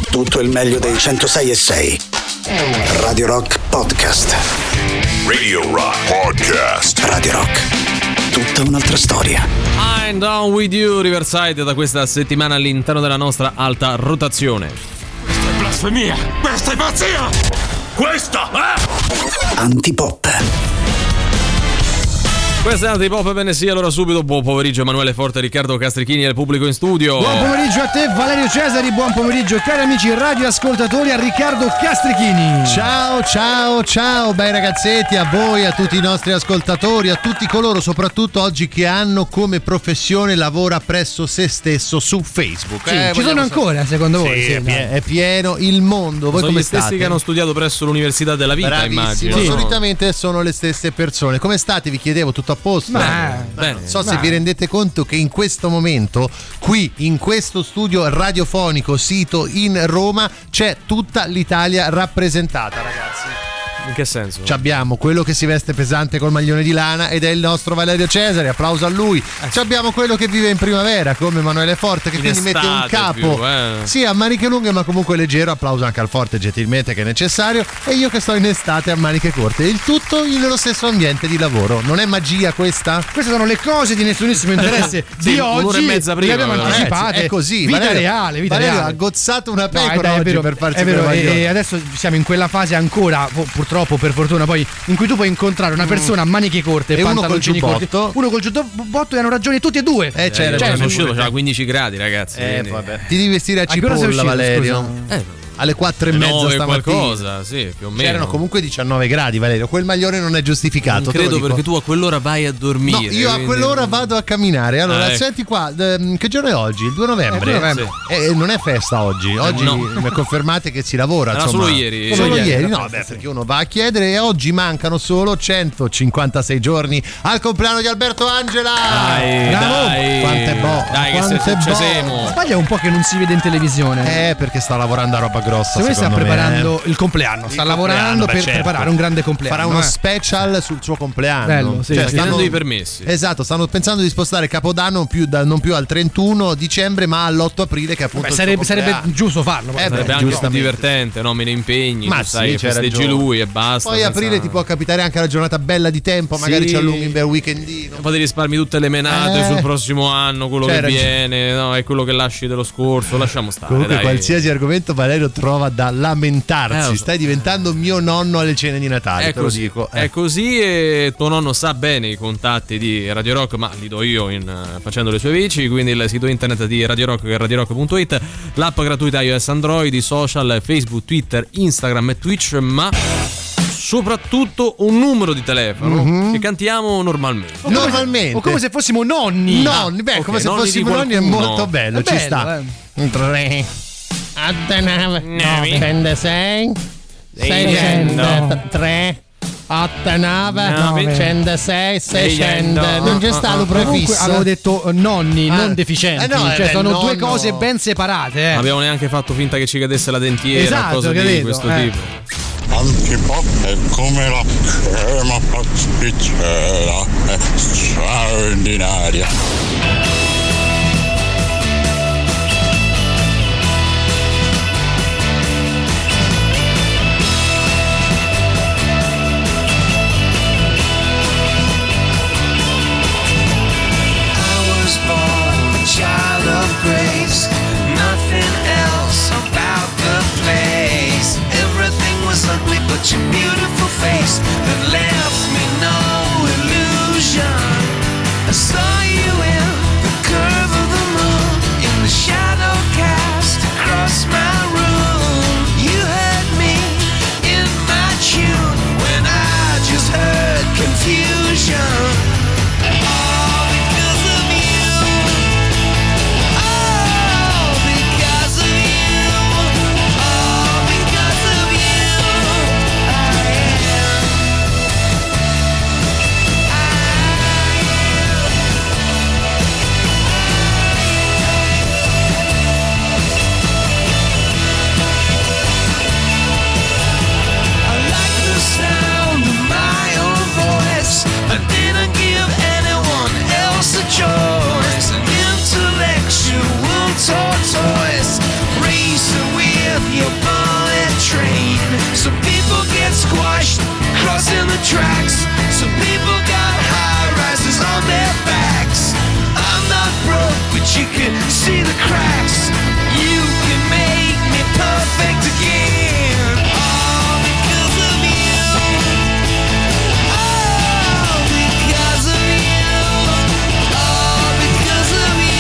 tutto il meglio dei 106.6. Radio Rock Podcast. Radio Rock Podcast. Radio Rock. Tutta un'altra storia. I'm down with you, Riverside, da questa settimana all'interno della nostra alta rotazione. Questa è blasfemia! Questa è pazzia! Questa è... Antipop. Questa è Antipop, bene sì, allora subito buon pomeriggio Emanuele Forte, Riccardo Castrichini e il pubblico in studio. Buon pomeriggio a te Valerio Cesari, buon pomeriggio cari amici radioascoltatori, a Riccardo Castrichini. Ciao bei ragazzetti, a voi, a tutti i nostri ascoltatori, a tutti coloro soprattutto oggi che hanno come professione lavora presso se stesso su Facebook. Sì, ci sono ancora secondo voi? Sì, è pieno il mondo. Voi sono come gli stessi state? che hanno studiato presso l'Università della Vita. Bravissimo. Immagino. Sì. Solitamente sono le stesse persone. Come state? Vi chiedevo, tutto a posto? Bene. Non so se vi rendete conto che in questo momento qui in questo studio radiofonico sito in Roma c'è tutta l'Italia rappresentata, ragazzi. In che senso? Ci abbiamo quello che si veste pesante col maglione di lana ed è il nostro Valerio Cesari, applauso a lui. Ci abbiamo quello che vive in primavera come Emanuele Forte, che in quindi mette un capo più, sì, a maniche lunghe ma comunque leggero, applauso anche al Forte gentilmente che è necessario, e io che sto in estate a maniche corte, il tutto nello stesso ambiente di lavoro. Non è magia questa? Queste sono le cose di nessunissimo interesse sì, di oggi. Un'ora e mezza prima, le abbiamo anticipate. È così. Vita Valerio, reale, vita Valerio reale. ha gozzato una pecora Dai, oggi è vero, per farsi è vero, quella e adesso siamo in quella fase ancora, purtroppo, per fortuna poi, in cui tu puoi incontrare una persona a maniche corte e uno col pantaloncini corti, giubbotto. uno col giubbotto, e hanno ragione tutti e due. Sono uscito, c'era 15 gradi, ragazzi. Vabbè. Ti devi vestire a che ora sei cipolla, uscito, Valerio. scusa? Alle 4:30 stamattina. Qualcosa, sì, più o meno. C'erano comunque 19 gradi, Valerio. Quel maglione non è giustificato. Non credo, perché tu a quell'ora vai a dormire. No, io a quell'ora vado a camminare. Allora, ecco. senti qua, che giorno è oggi? Il 2 novembre? 2 novembre. Non è festa oggi. Oggi mi confermate che si lavora. Era insomma. solo ieri. Solo ieri, no, no, perché uno va a chiedere, e oggi mancano solo 156 giorni al compleanno di Alberto Angela. Dai. Quante bo. Dai, che quante ci bo. siamo. Sbaglia un po' che non si vede in televisione. Perché sta lavorando a roba grossa. Secondo me sta me. preparando il compleanno. Sta lavorando per certo. preparare un grande compleanno. Farà uno special sul suo compleanno. Bello, sì. Chiedendo i permessi. Esatto, stanno pensando di spostare Capodanno non più al 31 dicembre ma all'8 aprile, che è appunto sarebbe giusto farlo. Sarebbe anche più divertente, no? Me ne impegni, Ma tu sai, sì, c'hai festeggi ragione. lui e basta. Poi aprile ti può capitare anche la giornata bella di tempo, magari Sì. ci allunghi un bel weekendino. Poi ti risparmi tutte le menate sul prossimo anno, quello C'hai che ragione. viene, no? È quello che lasci dello scorso, lasciamo stare. Comunque dai. qualsiasi argomento Valerio trova da lamentarsi. Lo so. Stai diventando mio nonno alle cene di Natale, È te così, lo dico. è così, e tuo nonno sa bene i contatti di Radio Rock, ma li do io facendo le sue veci. Quindi il sito internet di Radio Rock è radiorock.it, l'app gratuita iOS Android, i social Facebook, Twitter, Instagram e Twitch, ma soprattutto un numero di telefono che cantiamo normalmente. Normalmente. O come se fossimo nonni. Nonni, beh, ok, come se nonni fossimo di nonni è qualcuno. molto bello, È ci bello, sta. 3 9 106 603 8 9 106 600. Non c'è stato Comunque prefisso. avevo detto nonni, non deficienti. no, cioè sono due nonno. cose ben separate. Non abbiamo neanche fatto finta che ci cadesse la dentiera, Esatto, cose di capito? questo tipo. Antipop è come la crema pasticcera, è straordinaria. Child of grace, nothing else about the place. Everything was ugly but your beautiful face that left me no illusion. I saw you in the a bullet train. Some people get squashed crossing the tracks. Some people got high rises on their backs. I'm not broke, but you can see the cracks. You can make me perfect again. All because of you. All because of you. All because of you.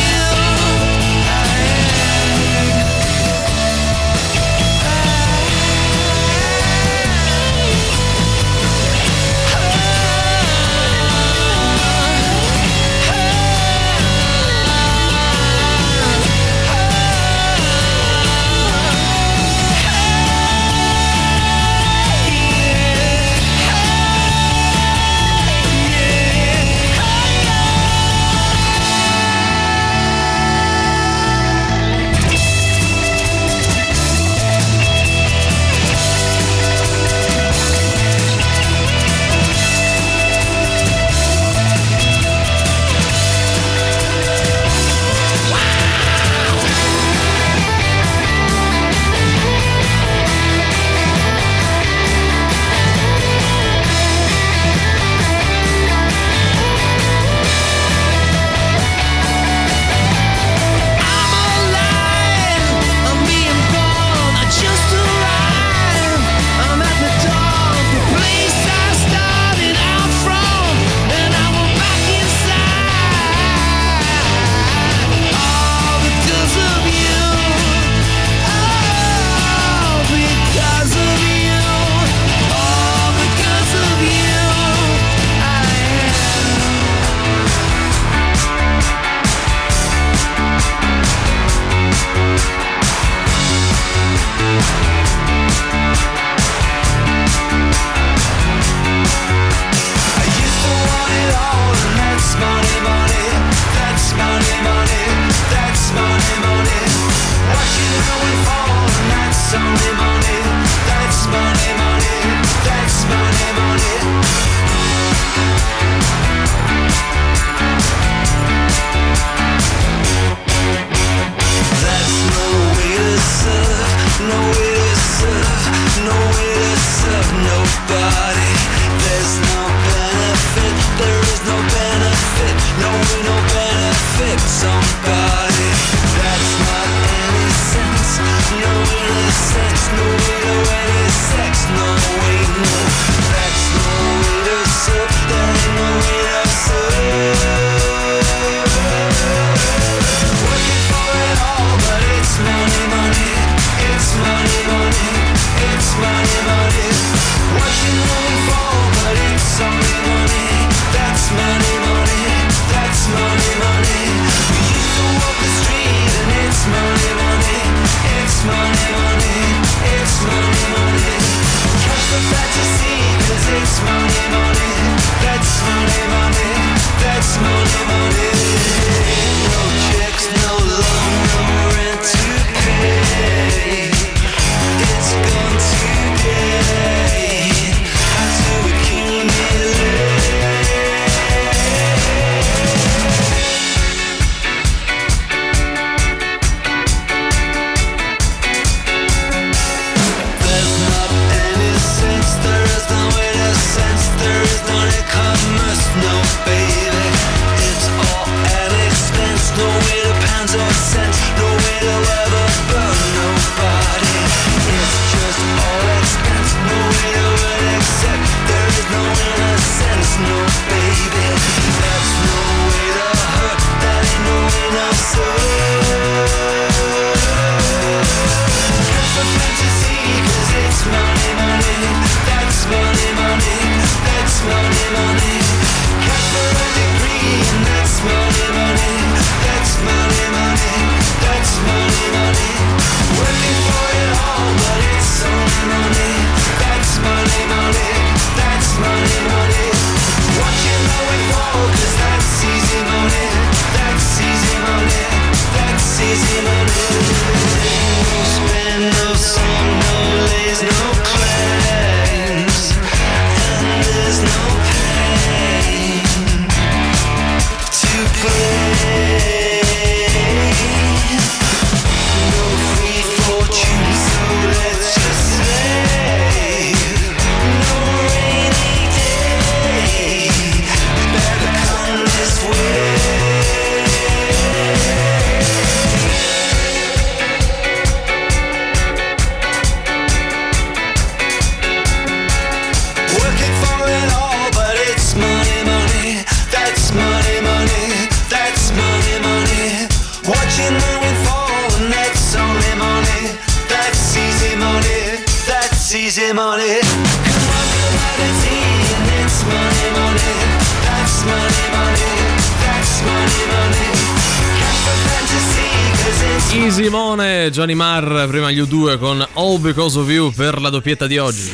money, money. Come on, humanity, and it's money, money. That's money, money. That's money, money. Cash for fantasy, 'cause it's Easy Money, Johnny Marr, prima gli U2 con All Because of You per la doppietta di oggi.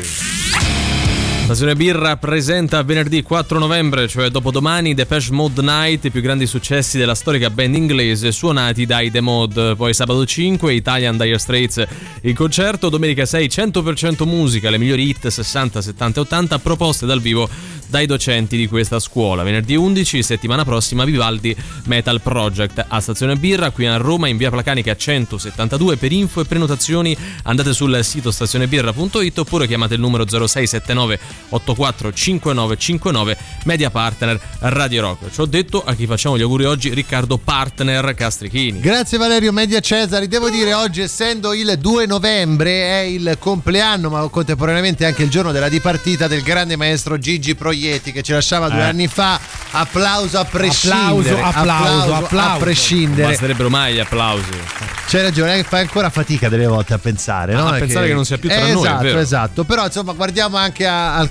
Stazione Birra presenta venerdì 4 novembre, cioè dopodomani, Depeche Mode Night, i più grandi successi della storica band inglese suonati dai The Mode. Poi sabato 5 Italian Dire Straits in concerto, domenica 6 100% musica, le migliori hit 60, 70 e 80 proposte dal vivo dai docenti di questa scuola. Venerdì 11, settimana prossima, Vivaldi Metal Project a Stazione Birra qui a Roma in via Placanica 172. Per info e prenotazioni andate sul sito stazionebirra.it oppure chiamate il numero 0679 84 5959, media partner Radio Rock. Ci ho detto a chi facciamo gli auguri oggi, Riccardo Partner Castrichini. Grazie Valerio Media Cesari. Devo dire, oggi essendo il 2 novembre è il compleanno, ma contemporaneamente anche il giorno della dipartita del grande maestro Gigi Proietti, che ci lasciava 2 anni fa. Applauso a prescindere. Applauso. A prescindere. Non basterebbero mai gli applausi. C'hai ragione, fai ancora fatica delle volte a pensare, no? A pensare che non sia più tra noi, è vero. Esatto, però insomma guardiamo anche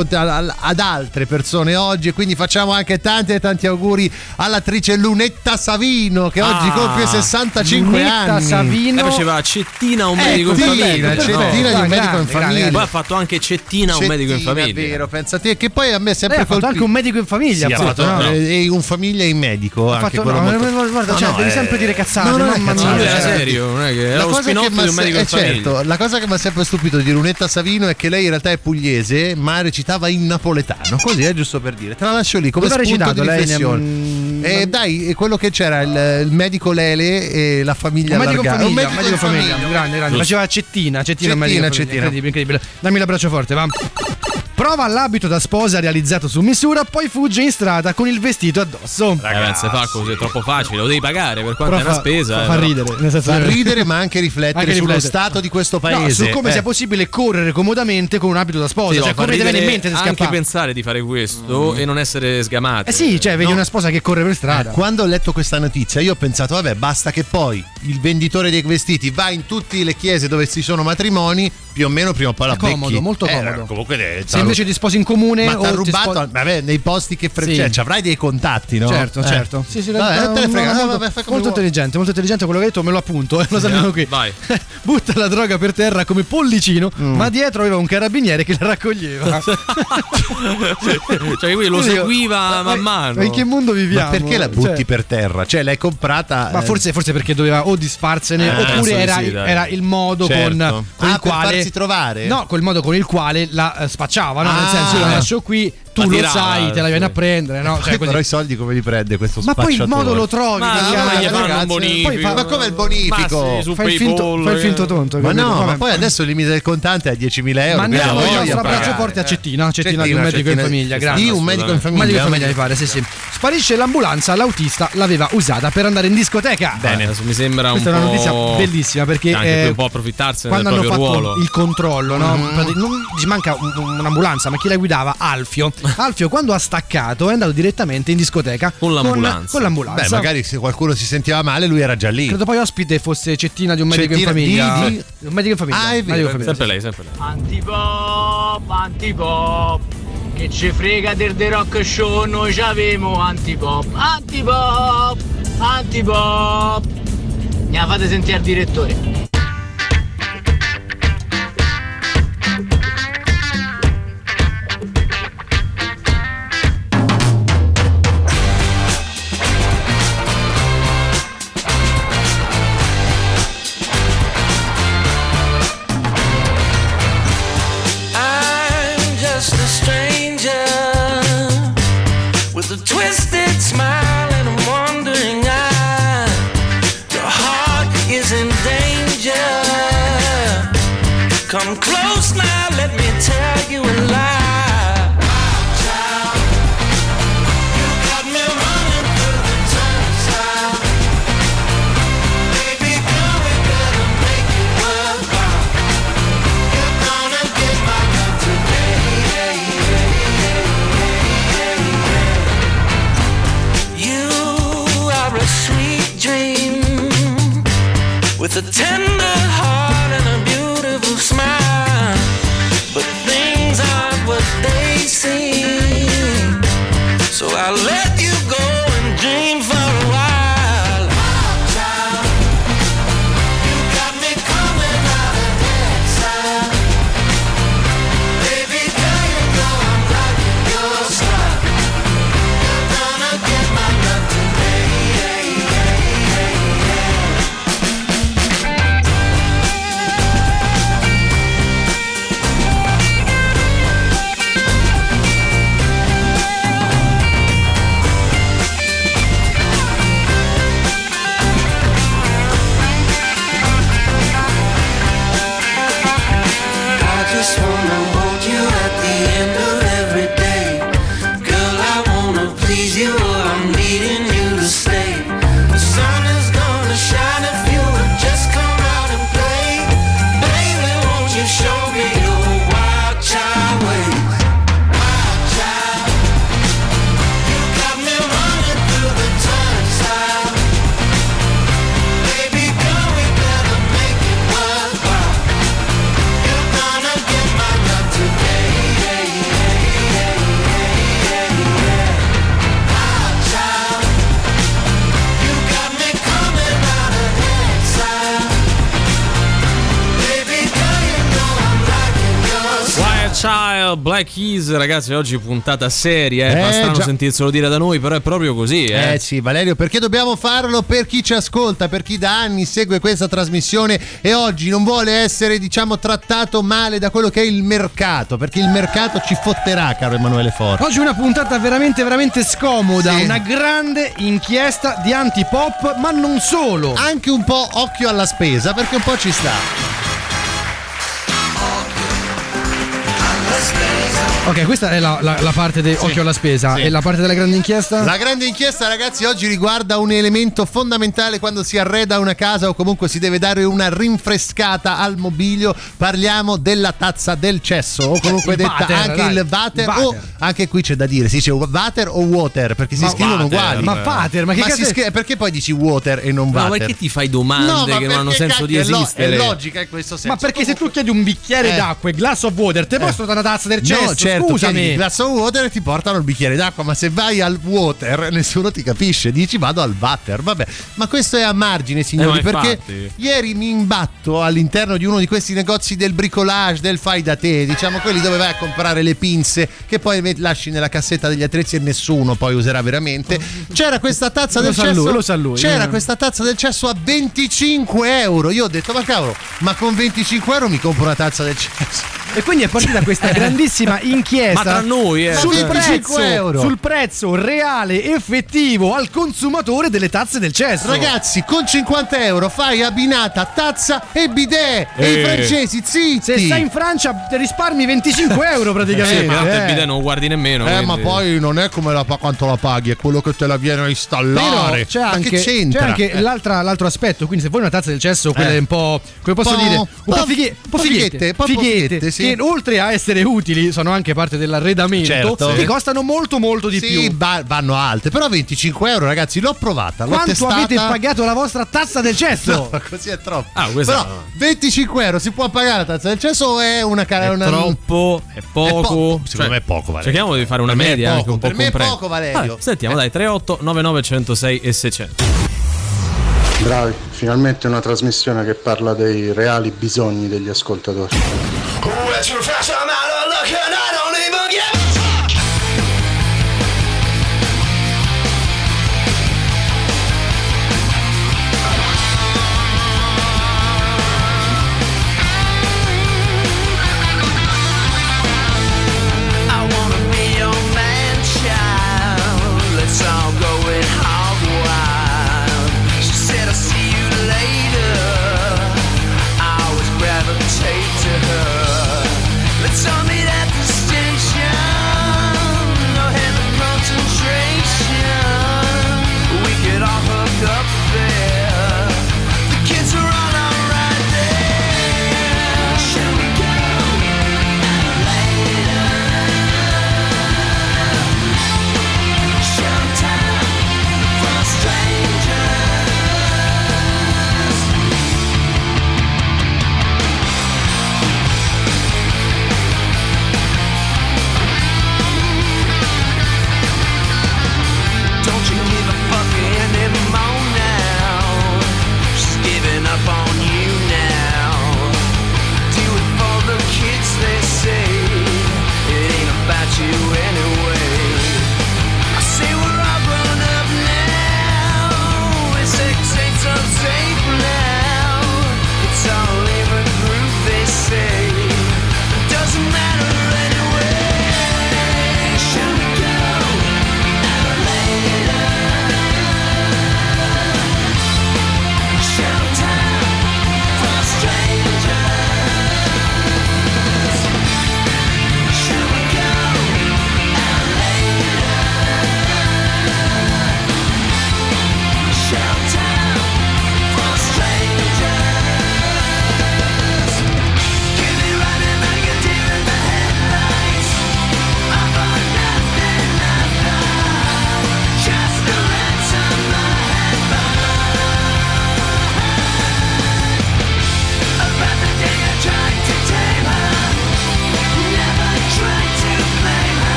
ad altre persone oggi, e quindi facciamo anche tanti auguri all'attrice Lunetta Savino, che oggi compie 65 Lunetta anni. Savino. Lei faceva Cettina un medico in famiglia. Cettina di un medico in famiglia. Poi ha fatto anche Cettina un medico in famiglia. È vero, pensa te, che poi a me è sempre Ha fatto anche un medico in famiglia. Sì, ha fatto, no? E un famiglia e in medico. Ha anche fatto, guarda, cioè, devi sempre dire cazzate. No, non è Ma cazzate. era serio, non è che era lo spin-off di un medico in famiglia. Certo, la cosa che mi ha sempre stupito di Lunetta Savino è che lei in realtà è pugliese, ma recitava in napoletano. Così è giusto per dire. Te la lascio lì come Cosa ha spunto recitato di lei? riflessione. Dai, è quello che c'era, il medico Lele e la famiglia Un medico in allargata. famiglia, un medico in famiglia. Grande. Faceva Cettina, incredibile. Dammi l'abbraccio forte, va. Prova l'abito da sposa realizzato su misura, poi fugge in strada con il vestito addosso. Ragazzi, fa così, è troppo facile, lo devi pagare per quanto è una spesa. Fa ridere, nel senso, Fa ridere, ma anche riflettere sullo stato di questo paese. No, su come sia possibile correre comodamente con un abito da sposa. Sì, Cioè, come ti viene in mente di anche scappare? pensare di fare questo e non essere sgamati. Sì, cioè, vedi una sposa che corre per strada. Quando ho letto questa notizia, io ho pensato, vabbè, basta che poi il venditore dei vestiti va in tutte le chiese dove ci sono matrimoni, più o meno prima o poi la becchi. Comodo, molto comodo. Comunque, se invece ti sposi in comune, ma ti ha o rubato, vabbè, nei posti che cioè, avrai dei contatti, no? Certo. Sì, vabbè, te ne frega. Molto intelligente quello che hai detto, me lo appunto, lo sappiamo qui. Vai. Butta la droga per terra come pollicino, ma dietro aveva un carabiniere che la raccoglieva. Cioè lui lo seguiva man mano. Ma in che mondo viviamo? Ma perché la butti per terra? Cioè l'hai comprata? Ma forse perché doveva o disfarsene oppure era il modo con il quale per farsi trovare? No, col modo con il quale la spacciava, no? Nel senso, io la lascio qui, tu lo sai, te la vieni a prendere, no? Cioè, però i soldi come li prende questo spacciatore? Ma poi il modo lo trovi. Ma gli fanno un bonifico. Ma come il bonifico? Fai il finto tonto. Ma no, ma poi adesso il limite del contante è 10.000 euro. Ma andiamo il nostro abbraccio forte a Cettina di un medico in famiglia. Grazie. Di un medico in famiglia. Medico in famiglia mi pare, sì. Sparisce l'ambulanza, l'autista l'aveva usata per andare in discoteca. Bene, adesso mi sembra questa un po'. Questa è una notizia bellissima perché anche un po' approfittarsene quando del hanno proprio fatto ruolo. il controllo, no? Non ci manca un'ambulanza, ma chi la guidava? Alfio, quando ha staccato è andato direttamente in discoteca con l'ambulanza. Beh, magari se qualcuno si sentiva male lui era già lì. Credo poi ospite fosse Cettina di un medico in famiglia. Un medico in famiglia. È vero. Sempre lei. Antipop, che ci frega del The Rock Show, noi c'avemo Antipop. Ne fate sentire al direttore. Twisted smile and a wandering eye. Your heart is in danger. Come close now, let me tell you a lie. Child, you got me running through the turnstile. Baby girl, we better make it worthwhile. You're gonna get my love today. A sweet dream with a tender heart and a beautiful smile, but just wanna hold you at the end of every day. Girl, I wanna please you or I'm needing you to stay. The sun is gonna shine if you would just come out and play. Baby, won't you show me your wild child ways? Wild child, you got me running through the turnstile. Baby girl, we better make it worthwhile. You're gonna get my love today. Wild child, you got me coming out of exile. Baby girl, you know I'm liking yours. Wild Child, Black Keys, ragazzi, oggi puntata seria, fa strano già. sentirselo dire da noi, però è proprio così, Sì, Valerio, perché dobbiamo farlo? Per chi ci ascolta, per chi da anni segue questa trasmissione e oggi non vuole essere, diciamo, trattato male da quello che è il mercato, perché il mercato ci fotterà, caro Emanuele Forte. Oggi una puntata veramente veramente scomoda, Sì. una grande inchiesta di antipop, ma non solo. Anche un po' occhio alla spesa, perché un po' ci sta. Ok, questa è la parte di occhio alla spesa. Sì. E la parte della grande inchiesta? La grande inchiesta, ragazzi, oggi riguarda un elemento fondamentale quando si arreda una casa o comunque si deve dare una rinfrescata al mobilio. Parliamo della tazza del cesso, o comunque Il detta water, anche dai. il water, Il water. o anche qui c'è da dire, si dice water o water, perché si scrivono water. uguali. Ma water, ma che Ma cazzo è? perché poi dici water e non No, water? perché ti fai domande No, ma che non hanno perché, senso di cacchio, esistere? È logica in questo senso. Ma perché se tu chiedi un bicchiere d'acqua e glass of water, te mostro una tazza del cesso? No, certo, chiedi scusami. il glass of water e ti portano il bicchiere d'acqua, ma se vai al water nessuno ti capisce, dici vado al water, vabbè. Ma questo è a margine, signori, ma perché infatti. ieri mi imbatto all'interno di uno di questi negozi del bricolage, del fai da te, diciamo quelli dove vai a comprare le pinze che poi lasci nella cassetta degli attrezzi e nessuno poi userà veramente. C'era questa tazza del cesso, lo sa lui. c'era questa tazza del cesso a 25 euro. Io ho detto, ma cavolo, ma con 25 euro mi compro una tazza del cesso. E quindi è partita questa grandissima inchiesta Ma tra noi, sul, 25 prezzo, euro. sul prezzo reale effettivo al consumatore delle tazze del cesso. Ragazzi, con 50 euro fai abbinata tazza e bidet. E i francesi, zitti. se stai in Francia risparmi 25 euro praticamente. ma il bidet non guardi nemmeno. Ma quindi. poi non è come quanto la paghi, è quello che te la viene a installare. Però c'è Ma anche, che c'entra? c'è anche l'altro aspetto. Quindi, se vuoi una tazza del cesso, quelle un po', come posso dire, un po' fighette, fighette, sì. che oltre a essere utili sono anche parte dell'arredamento, Certo. che costano molto molto di Sì, più. vanno alte. Però 25 euro, ragazzi, l'ho provata. L'ho Quanto testata. avete pagato la vostra tazza del cesso? No, ma così è troppo. Ah, questa Però no. 25 euro si può pagare la tazza del cesso o è una cara? È troppo, è poco. Secondo me è poco, Valerio. Cerchiamo di fare una Per me è media anche poco, un po' per me è compresa. poco, Valerio. Sentiamo, dai, 38 99 106 e 600. Bravi, finalmente una trasmissione che parla dei reali bisogni degli ascoltatori. I wanna be your man child. Let's all go in hog wild. She said I'll see you later. I always gravitate to her. Let's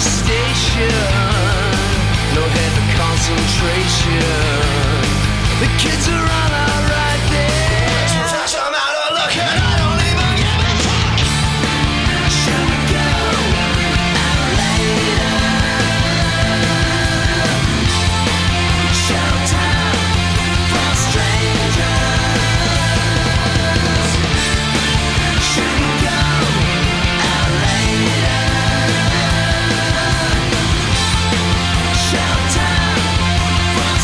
station. No heavy concentration. The kids are all right there. I'm out of luck and I don't even give a fuck. Shall we go out later? Showtime for strangers. Shall we go out later? Showtime for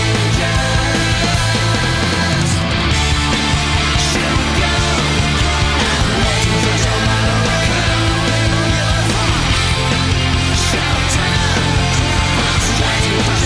strangers. Shall we go out later? Showtime for strangers.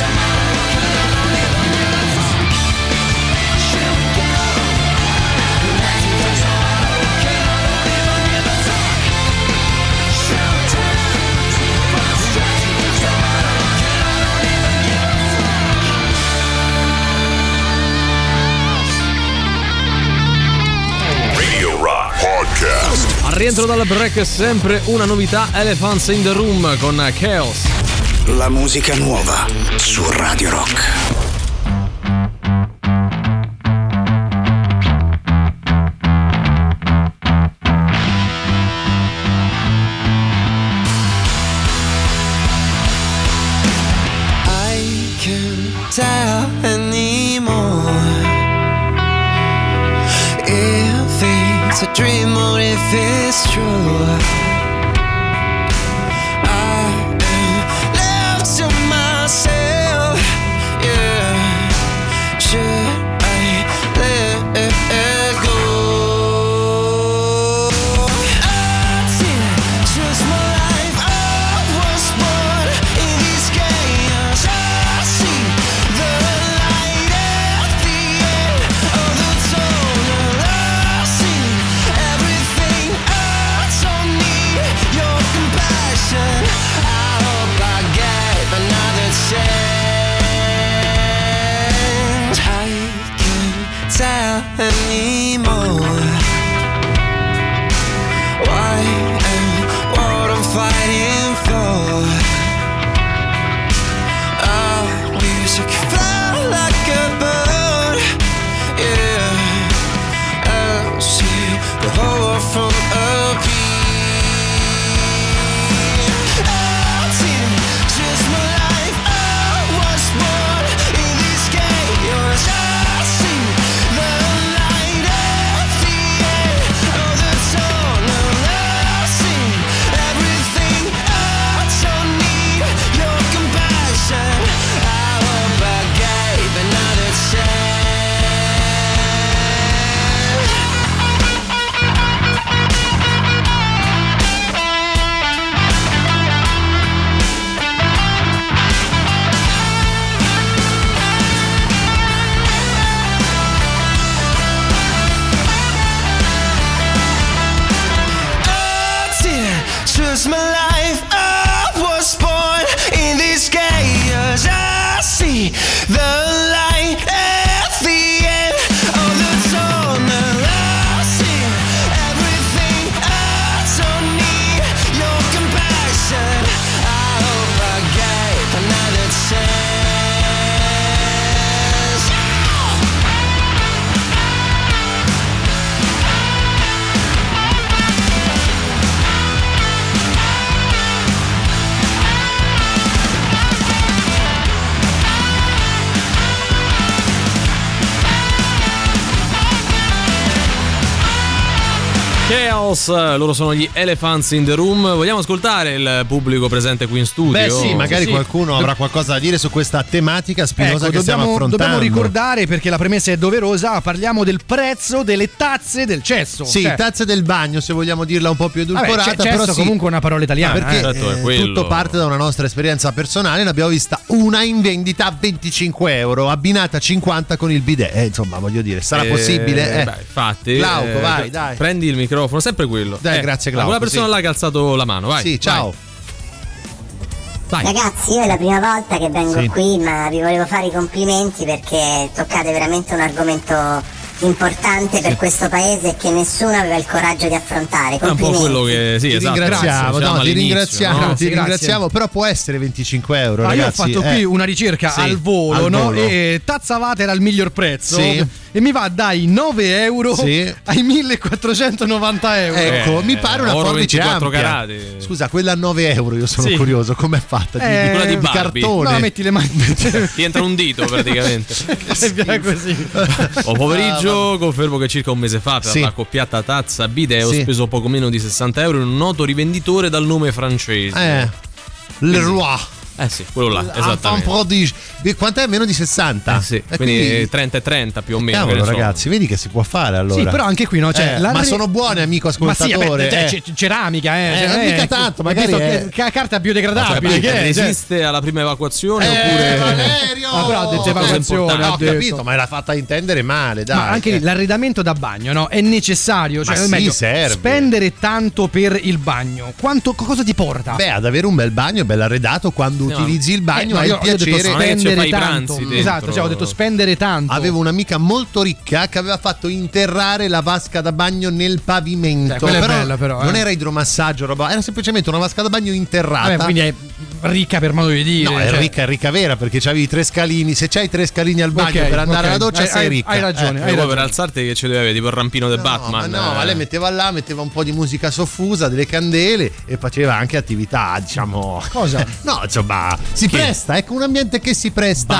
Radio Rock Podcast. Al rientro dal break sempre una novità, Elephants in the Room con Chaos. La musica nuova su Radio Rock. I can't tell anymore if it's a dream or if it's true. I am left to myself, yeah. Should I let go? I did choose my life. I was born in this chaos. I see the light at the end of the tunnel. I see everything. I don't need your compassion. I hope I gave another chance. I can't tell anymore why and what I'm fighting for. Our music fell like a bird, yeah. And see the whole world from a beat. I didn't choose my life. I was born in this chaos. I see the light at the end of the tunnel. I see everything. I don't need your compassion. I hope I gave another chance. I didn't choose my life. I was born in this chaos. I see the light at the end of the tunnel. I see everything. I don't need your compassion. I hope I gave another chance. Chaos, loro sono gli Elephants in the Room. Vogliamo ascoltare il pubblico presente qui in studio? Beh sì, magari qualcuno avrà qualcosa da dire su questa tematica spinosa che stiamo affrontando. Dobbiamo ricordare, perché la premessa è doverosa, parliamo del prezzo delle tazze del cesso. Sì, tazze del bagno, se vogliamo dirla un po' più edulcorata. Vabbè, cesso però sì, comunque è una parola italiana. perché Certo, è quello. tutto parte da una nostra esperienza personale. Ne abbiamo vista una in vendita a 25 euro, abbinata a 50 con il bidet. Insomma, voglio dire, sarà possibile? Beh, infatti. Glauco, vai, dai. Prendi il microfono, sempre quello. Dai, grazie, Glauco. Quella persona sì. là che ha alzato la mano, vai. Sì, ciao. Vai. Ragazzi, io è la prima volta che vengo qui, ma vi volevo fare i complimenti perché toccate veramente un argomento importante per questo paese e che nessuno aveva il coraggio di affrontare. È un po' quello che ti ringraziamo, ti ringraziamo, però può essere 25 euro, ragazzi. Io ho fatto qui una ricerca al volo, no? E Tazzavate era il miglior prezzo e mi va dai 9 euro ai 1490 euro. Ecco, mi pare una forbice ampia. Scusa, quella a 9 euro, io sono curioso, com'è fatta? Di quella di cartone. No, metti le mani. Ti entra un dito praticamente. Così. Pomeriggio, confermo che circa un mese fa per la accoppiata tazza Bidet ho speso poco meno di 60 euro in un noto rivenditore dal nome francese. Leroy. Sì, quello là, esattamente. Quanto è? Meno di 60? Quindi 30 e 30 più o meno. Cavolo, ragazzi, vedi che si può fare allora. Sì, però anche qui no, cioè, ma sono buone, amico ascoltatore. Ma sì, ceramica, mica tanto, magari carta biodegradabile. Resiste alla prima evacuazione oppure Valerio! Però ha detto evacuazione, ho capito, ma l'ha fatta intendere male, dai. Ma anche l'arredamento da bagno, no? È necessario, cioè meglio serve. Spendere tanto per il bagno. Cosa ti porta? Beh, ad avere un bel bagno, ben arredato quando utilizzi il bagno, hai il piacere spendere tanto. Esatto, ho detto spendere tanto. Avevo un'amica molto ricca che aveva fatto interrare la vasca da bagno nel pavimento. È bella, però. Non era idromassaggio, roba, era semplicemente una vasca da bagno interrata. Quindi è ricca per modo di dire. No, è ricca vera, perché c'avevi 3 scalini. Se c'hai 3 scalini al bagno per andare alla doccia, sei ricca. Hai ragione. Poi per alzarti che ci deve avere tipo il rampino del Batman. Ma lei metteva un po' di musica soffusa, delle candele e faceva anche attività, diciamo. Cosa? No, insomma, si presta, ecco, un ambiente che si presta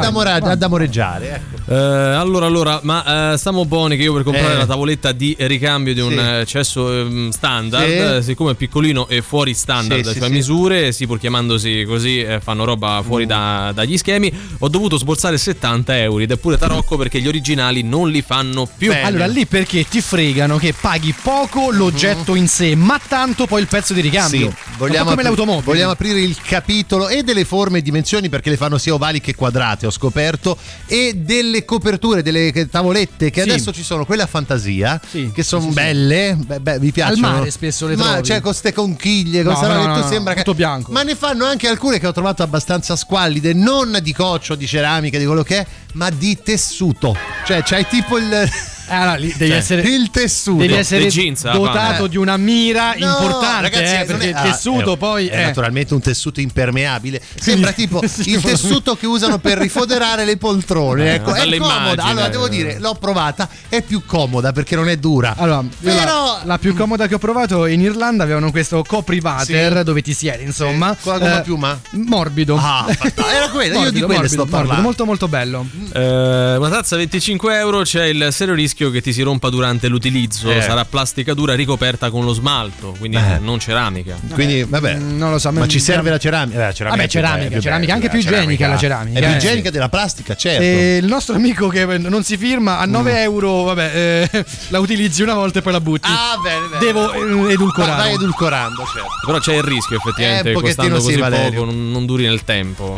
ad amoreggiare. Ecco. Allora, ma stiamo buoni che io per comprare la tavoletta di ricambio di un cesso standard, siccome è piccolino e fuori standard, cioè misure, pur chiamandosi così, fanno roba fuori dagli schemi, ho dovuto sborsare 70 euro ed è pure tarocco perché gli originali non li fanno più. Bene. Allora lì perché ti fregano che paghi poco l'oggetto in sé, ma tanto poi il pezzo di ricambio. Vogliamo aprire il capitolo e delle forme e dimensioni, perché le fanno sia ovali che quadrate, ho scoperto, e delle coperture, delle tavolette che adesso ci sono, quelle a fantasia, che sono belle, vi piacciono? Al mare spesso le trovi. Ma cioè con ste conchiglie, sembra tutto bianco. Ma ne fanno anche alcune che ho trovato abbastanza squallide, non di coccio, di ceramica, di quello che è, ma di tessuto. Cioè c'hai tipo il lì devi essere il tessuto, devi essere dotato di una mira importante, ragazzi, perché il tessuto poi è naturalmente un tessuto impermeabile. Sembra tipo il tessuto che usano per rifoderare le poltrone. Ecco, è comoda. Allora devo dire, l'ho provata, è più comoda perché non è dura. Allora, però la più comoda che ho provato in Irlanda avevano questo coprivater dove ti siedi, insomma, con la gomma piuma morbido. Era quella, io di quelle sto parlando. Molto molto bello. Una tazza 25 euro, c'è il serio rischio che ti si rompa durante l'utilizzo. Sarà plastica dura ricoperta con lo smalto, quindi non ceramica. Quindi vabbè, non lo so, ma ci serve la ceramica? Ceramica anche più igienica, la ceramica. È più igienica della plastica, certo. E il nostro amico che non si firma a 9 euro, la utilizzi una volta e poi la butti. Bene. Devo edulcorare. Vai edulcorando, certo. Però c'è il rischio effettivamente che costando così poco non duri nel tempo.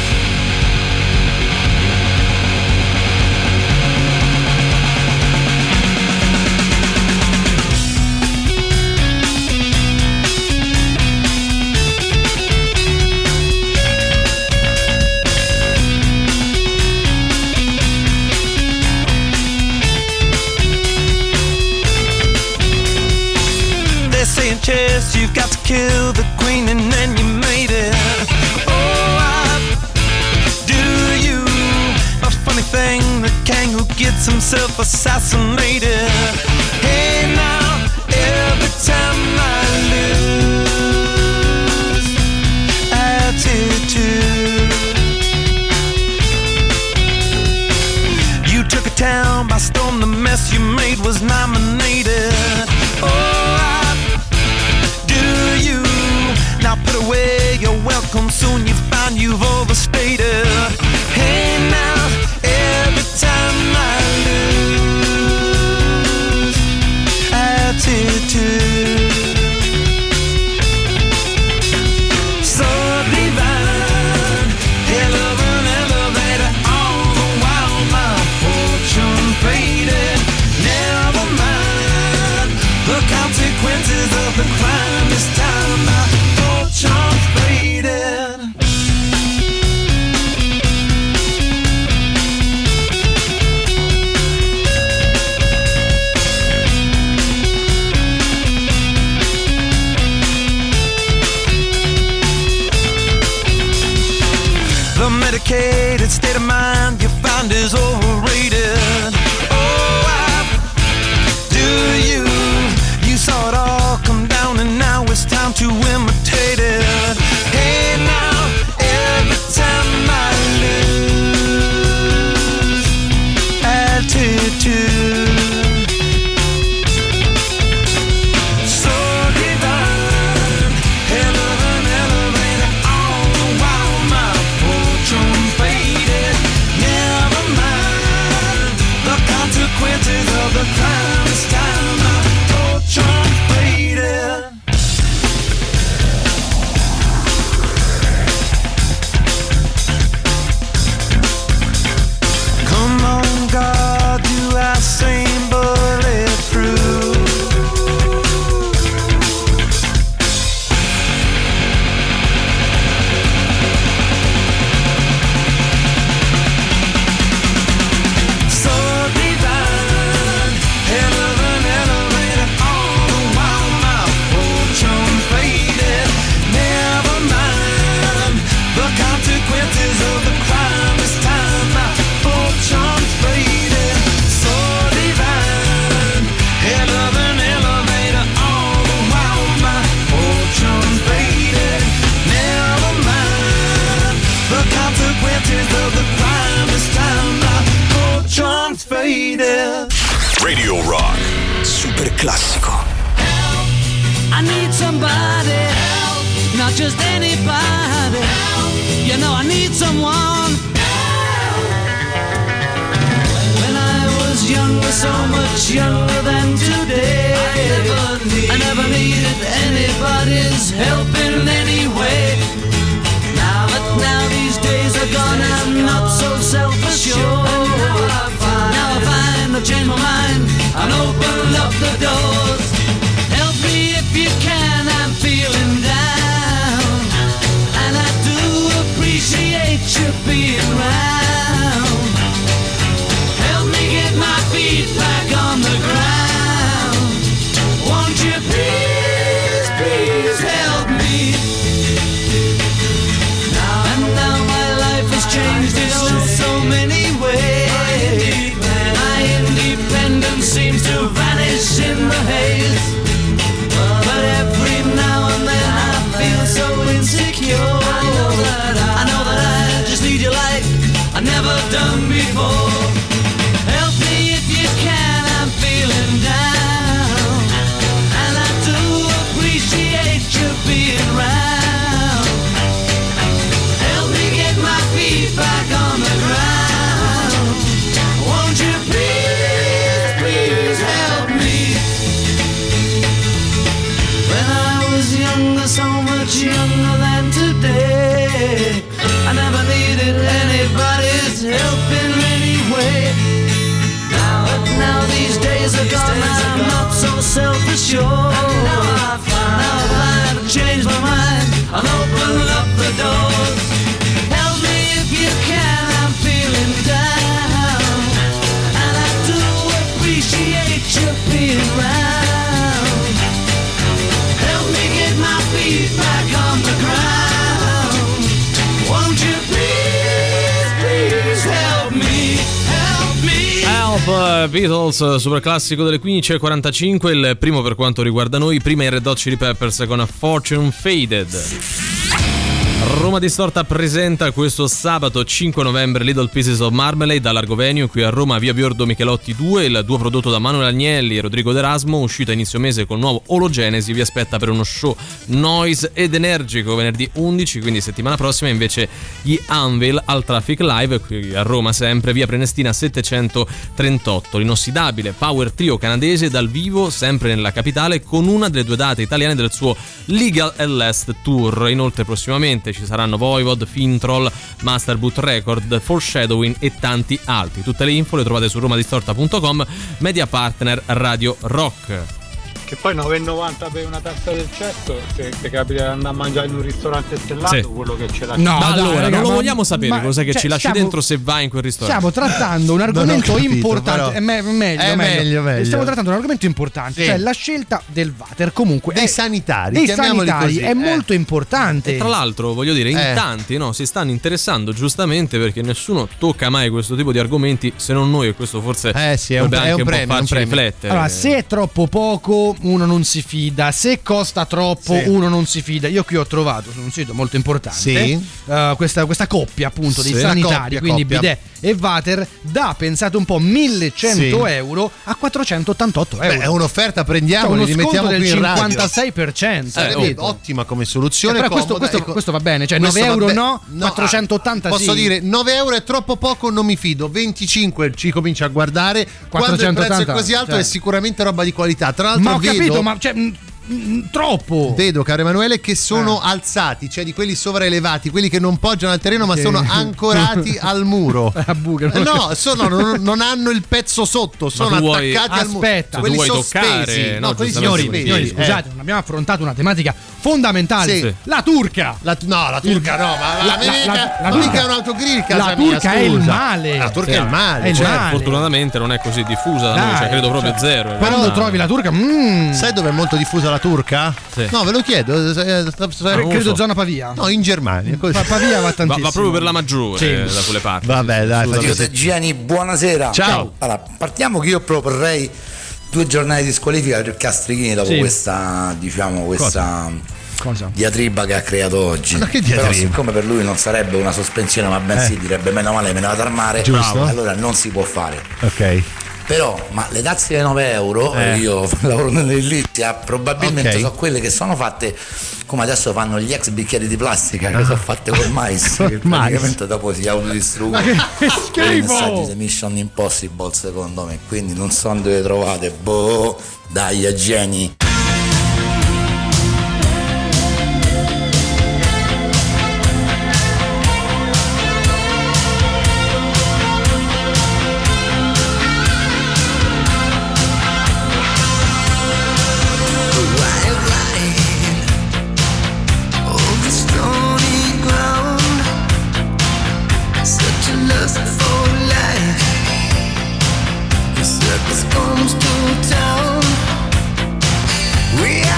Chess, you've got to kill the queen and then you made it. Do you? A funny thing, the king who gets himself assassinated. Hey now, every time I lose attitude, you took a town by storm, the mess you made was nominated. Now put away your welcome, soon you find you've overstated. Hey now, every time I lose medicated state of mind you find is overrated. Oh, do you? You saw it all come down and now it's time to imitate it. Hey now, every time I lose altitude. Of the crime, it's time my fortune faded. Come on, God, do I seem bulletproof? Radio Rock. Super classico. Help, I need somebody. Help, not just anybody. Help, you know I need someone. Help. When I was younger, so much younger than today, I never needed anybody's help in any way. Now these days are gone, I'm not so self-assured. Now I find I've changed my mind and open up the doors. Help me if you can, I'm feeling down, and I do appreciate you being around. Help me get my feet back on the ground. Won't you please, please help me? Now my life has changed in so many ways. My independence seems to vanish in the haze. But every now and then I feel so insecure. I know that I just need you like I've never done before. Help me if you can, I'm feeling down, and I do appreciate you being around. Help me get my feet back on the ground. Won't you please, please help me? When I was younger, so much younger than today, I never needed anybody's help in any way. Now these days are gone, I'm not so self-assured. Now I find I've changed my mind and open up the doors. Help me if you can, I'm feeling down, and I do appreciate you being around. Help me get my feet back on the ground. Won't you please, please help me? Help, Beatles, super classico delle 15:45, il primo per quanto riguarda noi, prima i Red Hot Chili Peppers con A Fortune Faded. Roma Distorta presenta questo sabato 5 novembre Little Pieces of Marmalade all'Argo Venue qui a Roma, via Biordo Michelotti 2. Il duo prodotto da Manuel Agnelli e Rodrigo D'Erasmo, uscito a inizio mese col nuovo Ologenesi, vi aspetta per uno show noise ed energico venerdì 11, quindi settimana prossima invece gli Anvil al Traffic Live qui a Roma, sempre via Prenestina 738. L'inossidabile power trio canadese dal vivo sempre nella capitale con una delle due date italiane del suo Legal at Last Tour. Inoltre prossimamente ci saranno Voivod, Fintroll, Master Boot Record, Foreshadowing e tanti altri. Tutte le info le trovate su romadistorta.com, media partner Radio Rock. Che poi 9,90 per una tazza del cesto, se ti capita di andare a mangiare in un ristorante stellato, quello che ce l'ha. No, allora, non lo vogliamo sapere cos'è che ci lasci dentro se vai in quel ristorante. Stiamo trattando un argomento importante. Meglio. Stiamo trattando un argomento importante, cioè la scelta del water. Comunque dei sanitari, dei sanitari è molto importante. E tra l'altro, voglio dire, in tanti si stanno interessando giustamente, perché nessuno tocca mai questo tipo di argomenti se non noi, e questo forse è un premio, farci riflettere. Allora, se è troppo poco uno non si fida, se costa troppo uno non si fida. Io qui ho trovato su un sito molto importante questa coppia appunto dei sanitari, quindi bidet e water, da, pensate un po', 1.100 euro a 488 euro. È un'offerta, prendiamola, uno li mettiamo del qui in radio. 56%. Ottima come soluzione. Però questo va bene, cioè 9 euro no, 480 sì. Posso dire 9 euro è troppo poco, non mi fido. 25 ci comincia a guardare. 480, quando il prezzo è così alto è sicuramente roba di qualità. Tra l'altro ma ho capito, ma cioè, troppo. Vedo, caro Emanuele, che sono alzati, cioè di quelli sovraelevati, quelli che non poggiano al terreno ma sono ancorati al muro. Non hanno il pezzo sotto, sono attaccati al muro. Aspetta, quelli sospesi. Signori, scusate, non abbiamo affrontato una tematica fondamentale. La turca. La turca no, ma la turca è un'autogrill. La turca è il male. La turca è il male. Fortunatamente non è così diffusa da noi, cioè credo proprio zero. Quando trovi la turca, sai dove è molto diffusa la turca? Sì. No, ve lo chiedo. Credo zona Pavia. No, in Germania. Pavia va tantissimo. Va proprio per la maggiore da quelle parti. Vabbè, dai. Matteo Gianni, buonasera. Ciao. Allora, partiamo che io proporrei 2 giornate di squalifica per Castrichini dopo questa diatriba che ha creato oggi. Ma che però siccome per lui non sarebbe una sospensione, ma bensì direbbe meno male me ne vado al mare, allora non si può fare. Ok. Però, ma le tazze di 9 euro, io lavoro nell'edilizia, probabilmente sono quelle che sono fatte come adesso fanno gli ex bicchieri di plastica, che sono fatte col mais, che praticamente dopo si autodistruggono. Ma che schifo! I messaggi di Mission Impossible secondo me, quindi non so dove trovate, dai a geni. Comes to town. We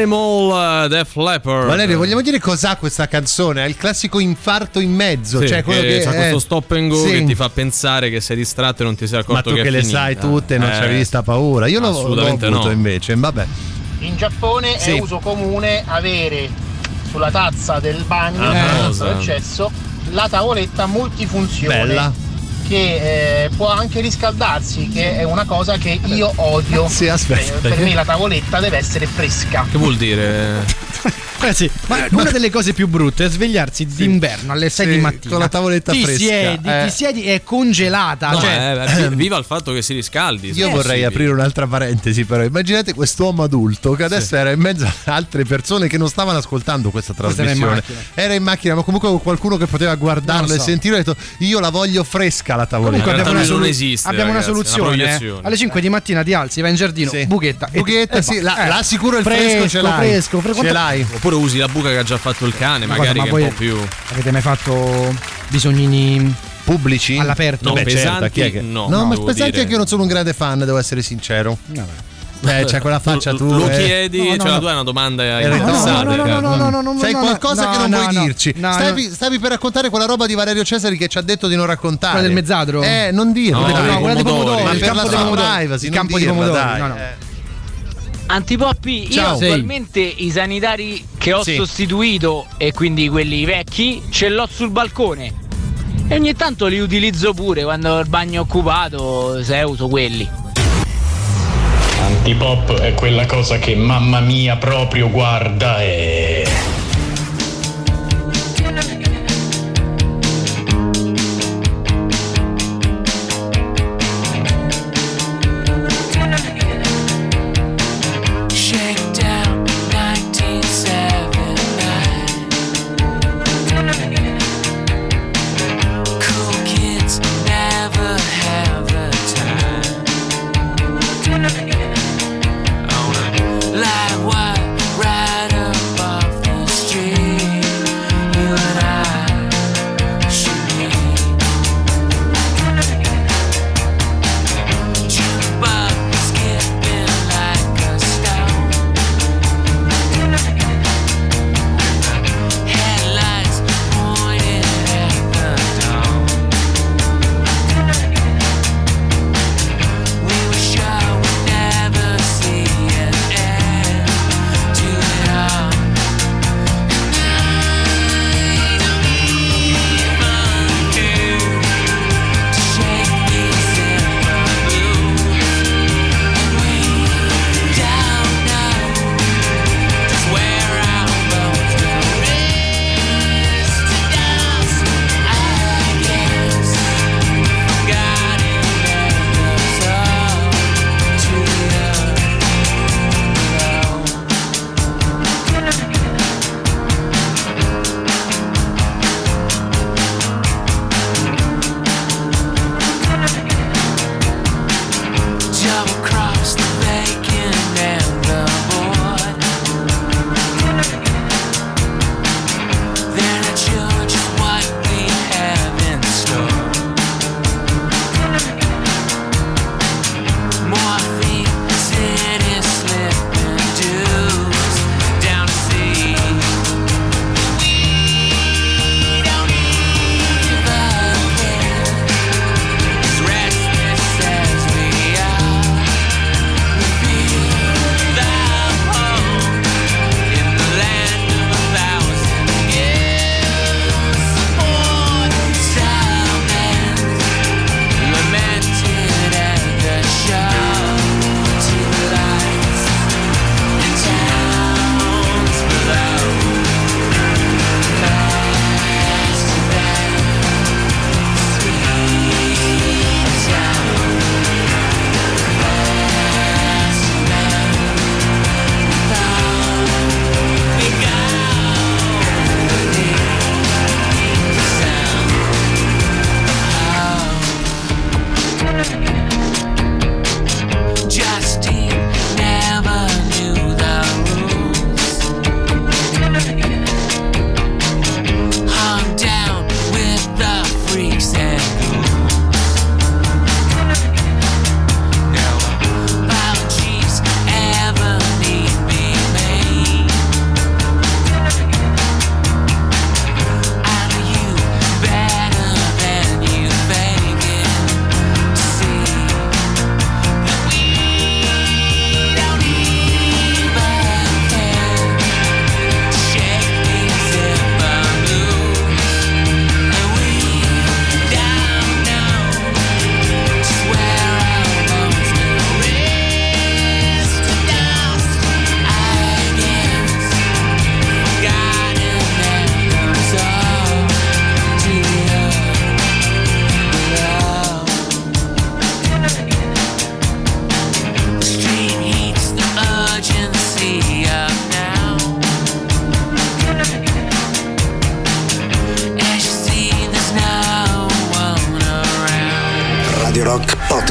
Animal, Def Leppard. Valerio, vogliamo dire cos'ha questa canzone? Ha il classico infarto in mezzo, sì, cioè quello che c'ha questo stop and go, sì, che ti fa pensare che sei distratto e non ti sei accorto che è finita. Ma tu che le sai tutte, non c'avevi sta paura. Io l'ho avuto no. invece, vabbè. In Giappone è uso comune avere sulla tazza del bagno, del cesso, la tavoletta multifunzione. Bella. Che può anche riscaldarsi, che è una cosa che io odio. Sì, aspetta. Per me la tavoletta deve essere fresca. Che vuol dire? Sì, ma una delle cose più brutte è svegliarsi d'inverno alle 6 di mattina con la tavoletta fresca. Ti siedi e è congelata. No, cioè, viva il fatto che si riscaldi. Io vorrei aprire un'altra parentesi, però immaginate quest'uomo adulto che adesso era in mezzo a altre persone che non stavano ascoltando questa trasmissione. Era in macchina, ma comunque qualcuno che poteva guardarlo e sentire. Ha detto: io la voglio fresca la tavoletta. Comunque abbiamo una soluzione. Alle 5 di mattina ti alzi, vai in giardino, buchetta, sì, là sicuro il fresco ce l'hai. Ce l'hai. Oppure usi la buca che ha già fatto il cane, magari che è un po' più. Avete mai fatto bisognini pubblici all'aperto? No, pesanti, chi è che... no, ma pesanti anche io non sono un grande fan, devo essere sincero. C'è quella faccia tu. Lo chiedi, la tua è una domanda interessante. No. Sai qualcosa che non vuoi dirci? Stavi per raccontare quella roba di Valerio Cesari che ci ha detto di non raccontare. Quella del mezzadro? Non dirlo. Quella dei pomodori. Ma per la sua privacy, il campo di pomodori. Antipoppi, io attualmente i sanitari che ho sostituito, e quindi quelli vecchi, ce l'ho sul balcone e ogni tanto li utilizzo pure quando il bagno è occupato, se uso quelli. Antipop è quella cosa che mamma mia proprio guarda e... Live wire right above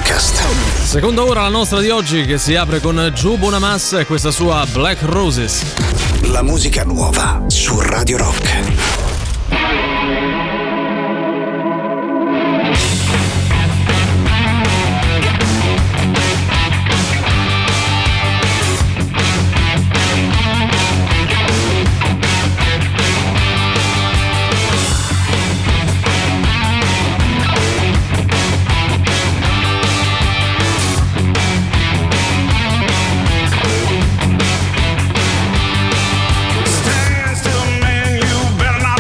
Podcast. Seconda ora la nostra di oggi che si apre con Joe Bonamassa e questa sua Black Roses. La musica nuova su Radio Rock. Stand still, man, you better not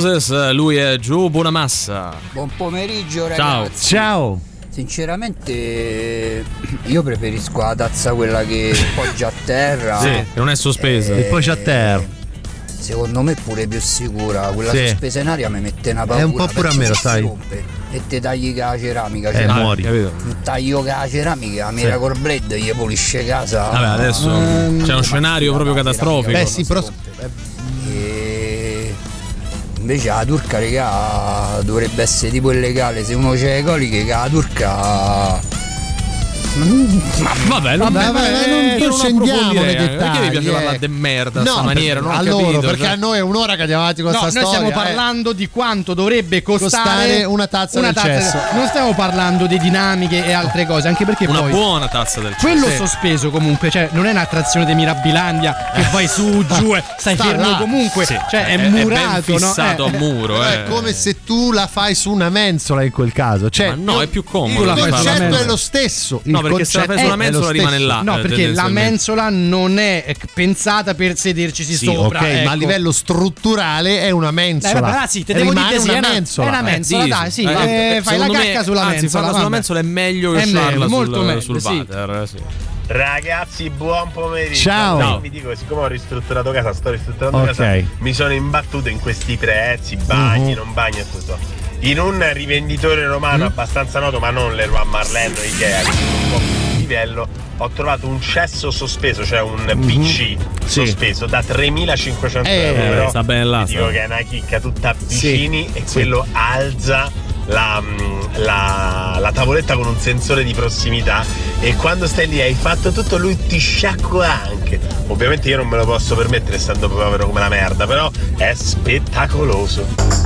Moses, lui è Giù Bonamassa. Buon pomeriggio ragazzi. Ciao. Sinceramente io preferisco la tazza quella che poggia a terra. Sì, che non è sospesa. Il poggia a terra. Secondo me è pure più sicura. Quella sospesa in aria mi mette una paura. È un po' pure a me, lo sai. E te tagli con la ceramica. Muori. Un taglio con la ceramica, la Miracle Blade gli pulisce casa. Vabbè, adesso c'è un scenario proprio catastrofico. Beh, sì, però. Invece la turca, regà, dovrebbe essere tipo illegale. Se uno c'è le coliche, la turca. Vabbè, non scendiamo nei dettagli. Perché mi piace parlare de merda in questa maniera? Non ho capito, perché cioè. a noi è un'ora che andiamo avanti con questa storia. Noi stiamo parlando di quanto dovrebbe costare una tazza del cesso. Non stiamo parlando di dinamiche e altre cose, anche perché una poi buona tazza del cesso. Quello sospeso comunque, cioè non è un'attrazione di Mirabilandia che vai su, giù e stai fermo là. Comunque, cioè è murato, è ben fissato a muro, È come se tu la fai su una mensola in quel caso. Cioè, ma no, è più comodo. Il concetto è lo stesso. No, perché se la fai sulla mensola rimane là. No, perché la mensola non è pensata per sederci sopra. Ok, ma a livello strutturale è una mensola. Sì, te devo dire una mensola. È una mensola, dai, sì. Fai la cacca sulla mensola. Farla sulla mensola è meglio che farla sul water. Ragazzi, buon pomeriggio. Ciao. Vi dico, siccome ho ristrutturato casa, sto ristrutturando casa, mi sono imbattuto in questi prezzi, bagni, non bagni e tutto. In un rivenditore romano abbastanza noto, ma non Leroy Merlin, Ikea, un po' più di livello, ho trovato un cesso sospeso, cioè un PC sospeso da 3.500 euro. Sta bene là. Dico che è una chicca tutta a vicini e quello alza la tavoletta con un sensore di prossimità e quando stai lì hai fatto tutto, lui ti sciacqua anche. Ovviamente io non me lo posso permettere essendo povero come la merda, però è spettacoloso.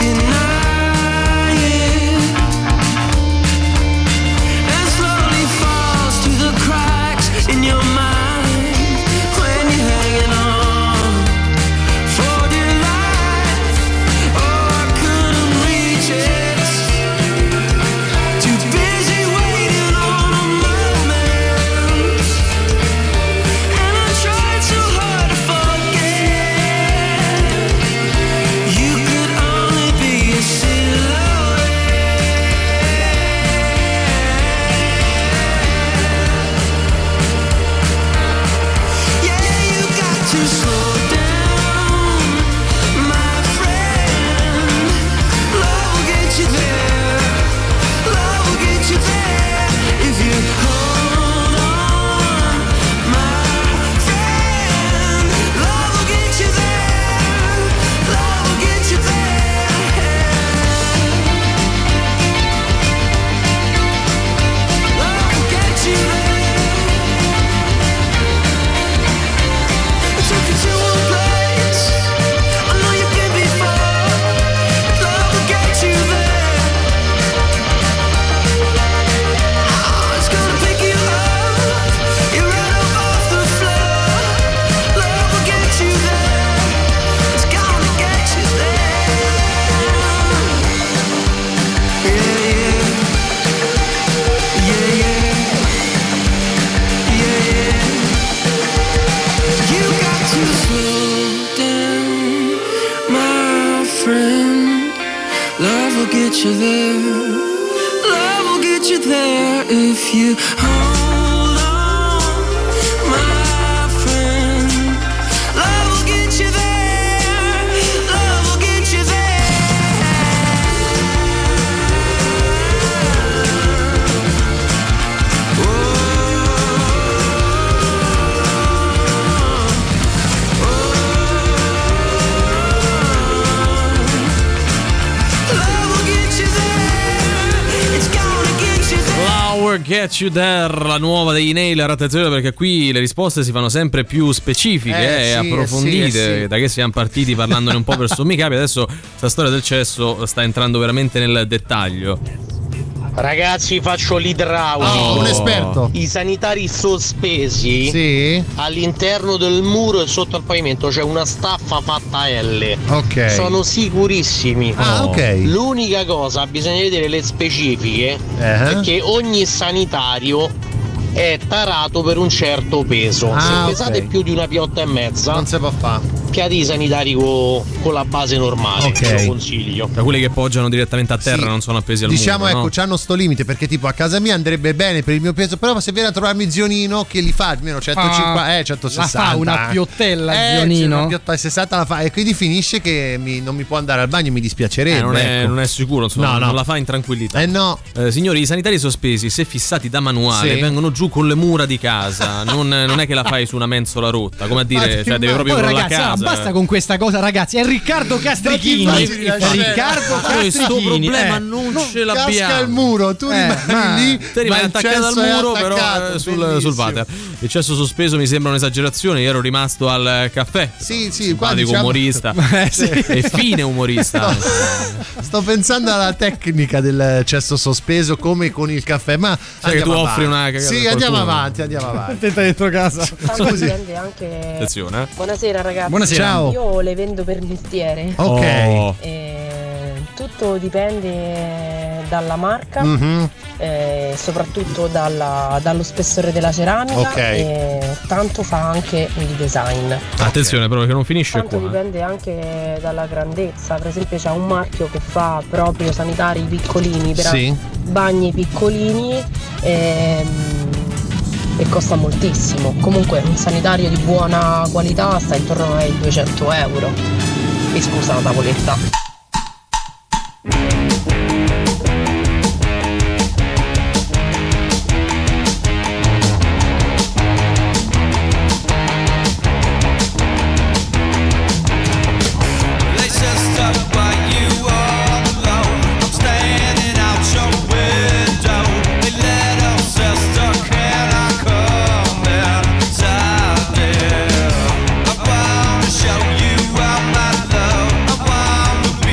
Slowly fall Love will get you there. Love will get you there if you hold on, my friend. Love will get you there. Love will get you there. Get You There, la nuova dei Nail. Attenzione, perché qui le risposte si fanno sempre più specifiche e approfondite. Da che siamo partiti parlandone un po' per sommi capi, adesso questa storia del cesso sta entrando veramente nel dettaglio. Ragazzi, faccio l'idraulico. Un esperto. I sanitari sospesi all'interno del muro e sotto al pavimento c'è una staffa fatta L. Ok. Sono sicurissimi. Ok. L'unica cosa, bisogna vedere le specifiche, perché ogni sanitario è tarato per un certo peso. Se pesate più di una piotta e mezza non si può fare. Piatti i sanitari con la base normale, ve lo consiglio. Da quelli che poggiano direttamente a terra, non sono appesi al muro. Diciamo, ecco, c'hanno sto limite, perché tipo a casa mia andrebbe bene per il mio peso, però se viene a trovarmi zionino che li fa almeno 150, 160. La fa una piottella zionino. Una piotta 60 la fa, e quindi finisce che non mi può andare al bagno, mi dispiacerebbe. Non è sicuro, insomma, non la fa in tranquillità. Signori, i sanitari sospesi, se fissati da manuale, vengono giù con le mura di casa. Non è che la fai su una mensola rotta, come a dire, cioè devi proprio con la casa. Basta con questa cosa, ragazzi. È Riccardo Castrichini. Riccardo Questo problema non ce l'abbiamo. Casca il muro, tu rimani lì. Te rimani attaccato al muro, però sul water. Il cesso sospeso mi sembra un'esagerazione. Io ero rimasto al caffè. Sì, qua diciamo umorista. E fine umorista. Sto pensando alla tecnica del cesso sospeso come con il caffè. Ma che tu offri una cagata. Sì, andiamo avanti. Tenta dentro casa. Scusi. Anche... Attenzione. Buonasera ragazzi. Buonasera. Ciao. Io le vendo per mestiere. Ok. Tutto dipende dalla marca, soprattutto dallo spessore della ceramica, e tanto fa anche il design. Attenzione però che non finisce tanto qua. Dipende anche dalla grandezza. Per esempio c'è un marchio che fa proprio sanitari piccolini per bagni piccolini e costa moltissimo. Comunque un sanitario di buona qualità sta intorno ai 200 euro. Mi scusa la tavoletta. I wanna be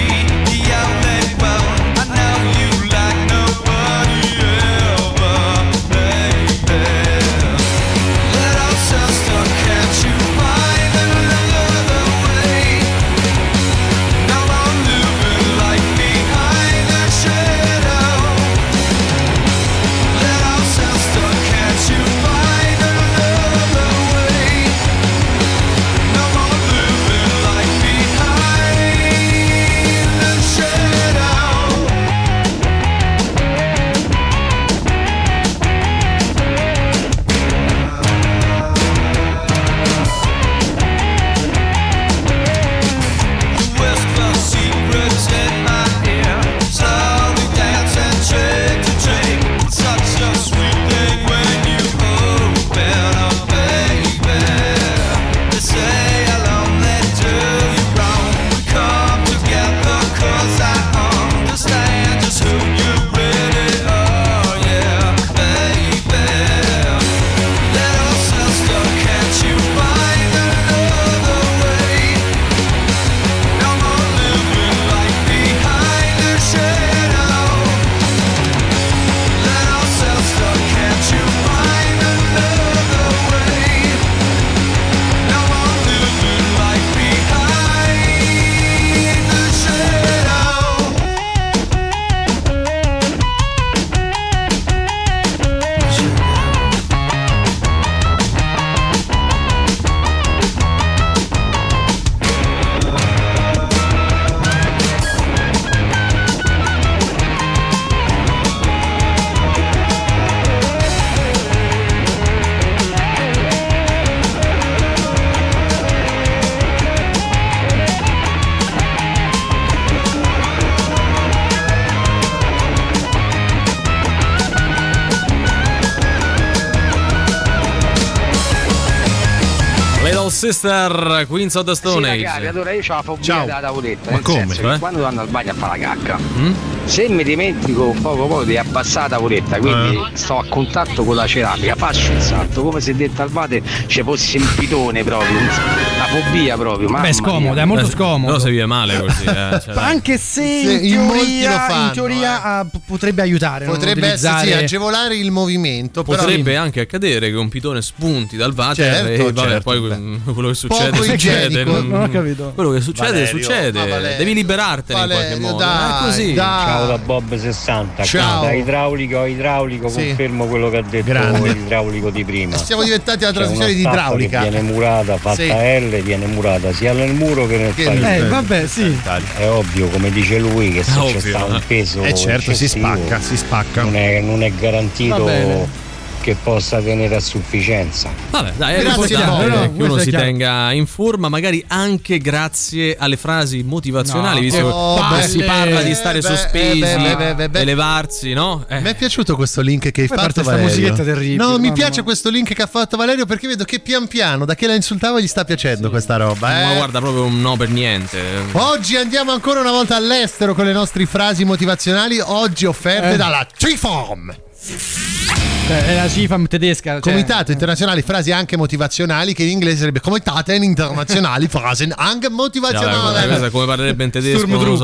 Sister, Queens of the Stone Age. Ragazzi, allora io ho la fobia della tavoletta. Ma come? Senso che quando vanno al bagno a fare la cacca, se mi dimentico poco di abbassare la tavoletta, quindi sto a contatto con la ceramica, faccio un salto come se dentro al vate ci fosse un pitone proprio, la fobia proprio. Beh, scomodo, è molto scomodo. Però si vive male così. Anche se in teoria potrebbe aiutare. Potrebbe essere agevolare il movimento. Potrebbe però anche accadere che un pitone spunti dal water e vabbè, poi quello che succede poco succede. Non ho capito. Quello che succede succede. Devi liberartene in qualche modo. È così. Ciao da Bob 60. Ciao. Da idraulico confermo quello che ha detto l'idraulico di prima. Siamo diventati la trasmissione di idraulica. Viene murata, fatta L, viene murata sia nel muro che nel pavimento. Vabbè, sì. È ovvio, come dice lui, che se c'è sta un peso certo, si spacca. Non è garantito che possa tenere a sufficienza. Vabbè, dai, è importante che uno si tenga in forma, magari anche grazie alle frasi motivazionali, visto che si parla di stare sospesi, elevarsi, no? Mi è piaciuto questo link che hai fatto, Valerio. Musichetta terribile. No, mi piace questo link che ha fatto Valerio, perché vedo che pian piano, da che la insultavo, gli sta piacendo questa roba. Ma guarda, proprio un no per niente. Oggi andiamo ancora una volta all'estero con le nostre frasi motivazionali, oggi offerte dalla CIFOM. È la CIFAM tedesca, Comitato internazionale frasi anche motivazionali, che in inglese sarebbe Comitato internazionali frasi anche motivazionali. Come parlerebbe in tedesco?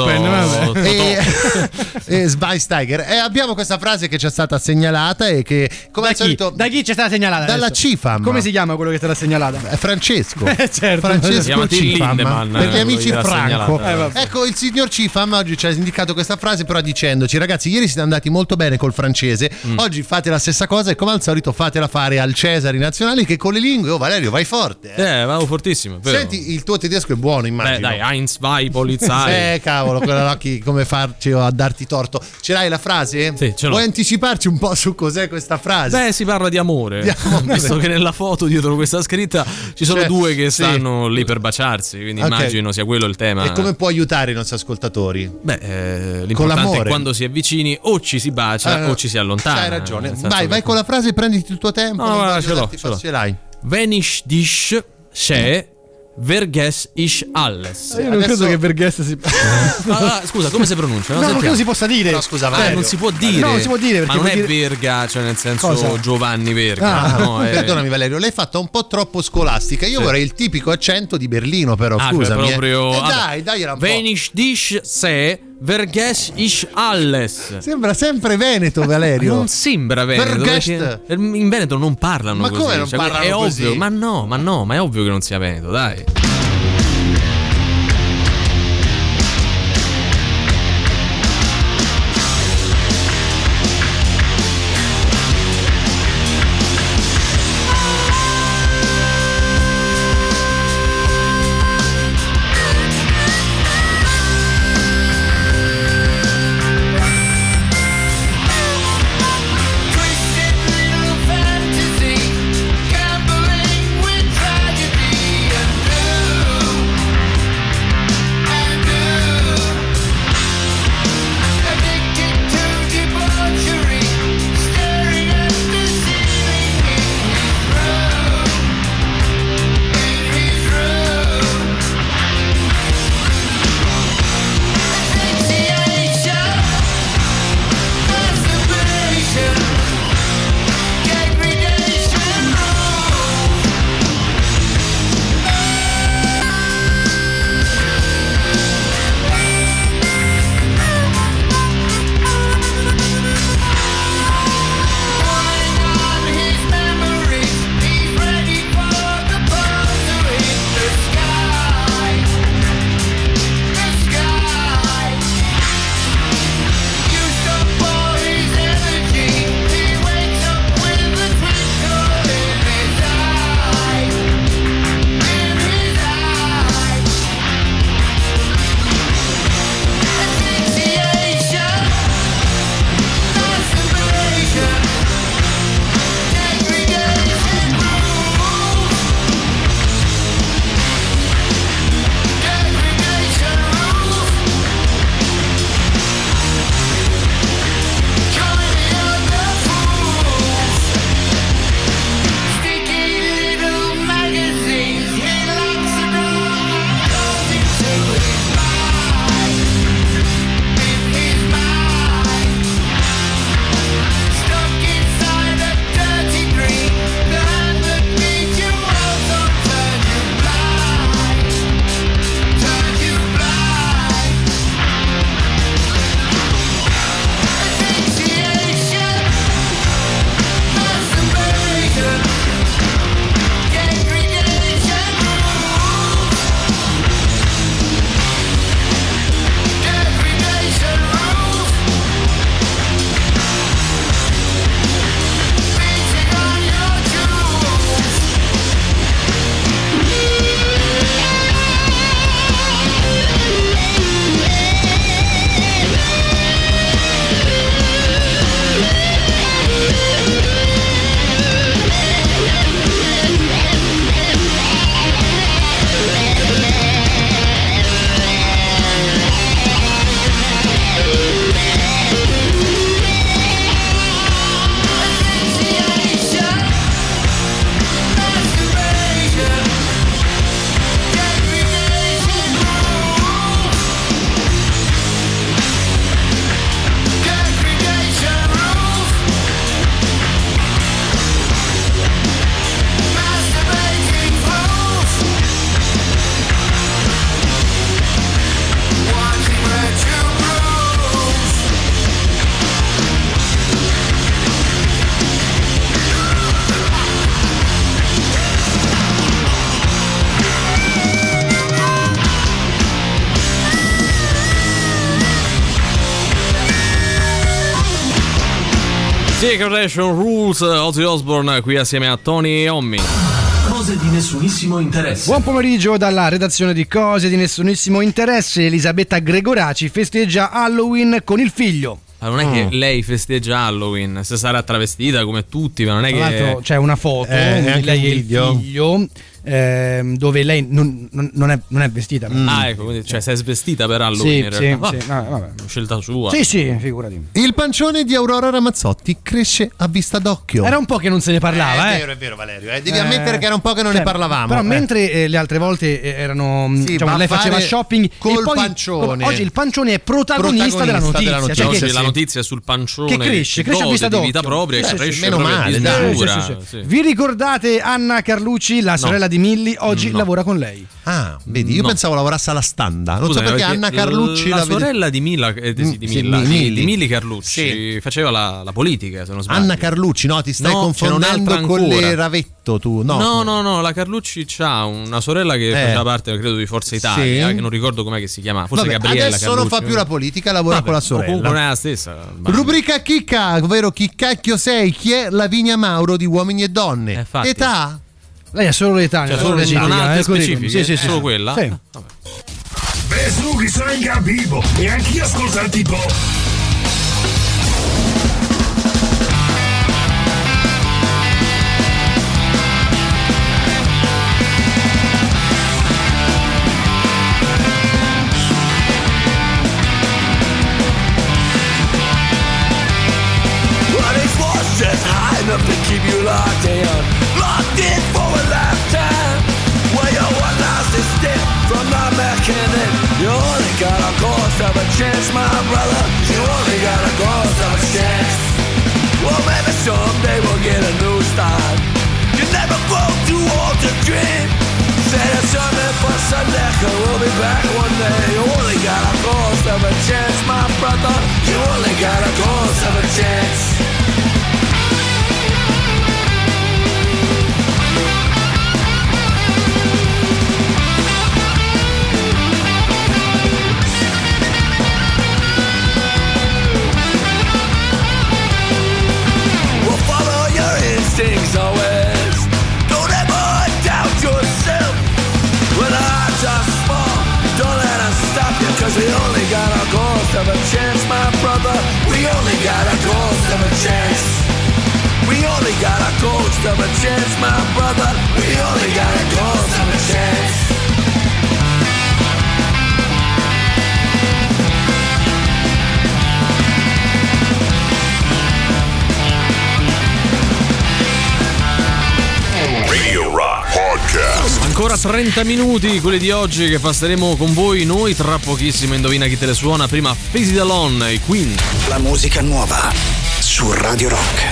Schweinsteiger. E abbiamo questa frase che ci è stata segnalata e che, come al solito, da chi ci è stata segnalata? Dalla CIFAM. Come si chiama quello che te l'ha segnalata? Francesco. Certo. Francesco CIFAM, per gli amici Franco. Vabbè. Ecco, il signor CIFAM oggi ci ha indicato questa frase, però dicendoci: ragazzi, ieri siete andati molto bene col francese, oggi fate la stessa cosa e come al solito fatela fare al Cesari Nazionali, che con le lingue, Valerio, vai forte. Vado fortissimo, vero. Senti, il tuo tedesco è buono, immagino. Dai, Heinz, vai, Polizei. Cavolo, quella Rocky, come farci a darti torto. Ce l'hai la frase? Sì, ce l'ho. Vuoi anticiparci un po' su cos'è questa frase? Si parla di amore. Visto che nella foto dietro questa scritta ci sono due che stanno lì per baciarsi, quindi immagino sia quello il tema. E come può aiutare i nostri ascoltatori? L'importante è quando si è vicini o ci si bacia o ci si allontana. Hai ragione. Vai con la frase, prenditi il tuo tempo. No, ce l'hai. Wenn ich dich sehe, vergess ich alles. Io non credo che vergess si. Scusa, come si pronuncia? Non credo si possa dire. No, scusa, non si può dire. No, non si può dire, perché ma non è Verga, cioè nel senso cosa? Giovanni Verga. Perdonami, Valerio, l'hai fatta un po' troppo scolastica. Io vorrei il tipico accento di Berlino, però scusami. Cioè proprio... dai, era un po'. Wenn ich dich sehe, vergess ich alles. Sembra sempre veneto, Valerio. Non sembra veneto. In Veneto non parlano così. Ma come non parlano è così? Ovvio, ma è ovvio che non sia veneto, dai. Fantasy, gambling with tragedy and Secretion Rules, Ozzy Osbourne qui assieme a Tony e Ommi. Cose di nessunissimo interesse. Buon pomeriggio dalla redazione di Cose di nessunissimo interesse. Elisabetta Gregoraci festeggia Halloween con il figlio. Non è che lei festeggia Halloween, se sarà travestita come tutti, ma non è Tra che... l'altro c'è una foto di lei e il figlio dove lei non è vestita. Ah, ecco, quindi cioè sei svestita per Halloween in realtà. Sì, vabbè. Scelta sua. Sì, figurati. Il pancione di Aurora Ramazzotti cresce a vista d'occhio. Era un po' che non se ne parlava, È vero Valerio, devi ammettere che era un po' che non ne parlavamo. Però mentre le altre volte erano lei faceva shopping col pancione. Oggi il pancione è protagonista della notizia. Cioè oggi la notizia è sul pancione che cresce a vista di d'occhio. vita propria e cresce meno male, sì. Vi ricordate Anna Carlucci, la sorella di Milli? Oggi lavora con lei. Ah, vedi, io pensavo lavorasse alla Standa. Non so perché Anna Carlucci, la sorella di Milli Carlucci, faceva la politica, se non sbaglio. Anna Carlucci, no, ti stai confondendo con le Ravetto tu. No, la Carlucci c'ha una sorella che faceva parte, credo, di Forza Italia, che non ricordo com'è che si chiama, forse Gabriella adesso Carlucci. Non fa più la politica, lavora con la sorella. Comunque non è la stessa. Rubrica Chicca, ovvero chi cacchio sei? Chi è Lavinia Mauro di Uomini e Donne? Età? Lei ha solo l'età, non ha altre specifiche, sì, solo quella? Sì. Beh, su che sono in capivo e anch'io ascolto il tipo. Enough to keep you locked in for a lifetime. Well, you're one last step from the mechanic. You only got a ghost of a chance, my brother. You only got a ghost of a chance. Well, maybe someday we'll get a new start. You never grow too old to dream. Say it's something for Sunday, we'll be back one day. You only got a ghost of a chance, my brother. You only got a ghost of a chance. Instincts always. Don't ever doubt yourself. When our hearts are small, don't let us stop you, 'cause we only got a ghost of a chance, my brother. We only got a ghost of a chance. We only got a ghost of a chance, my brother. We only got a ghost of a chance. Radio Rock Podcast. Ancora 30 minuti, quelli di oggi, che passeremo con voi noi. Tra pochissimo indovina chi te le suona. Prima Face It Alone, i Queen. La musica nuova su Radio Rock.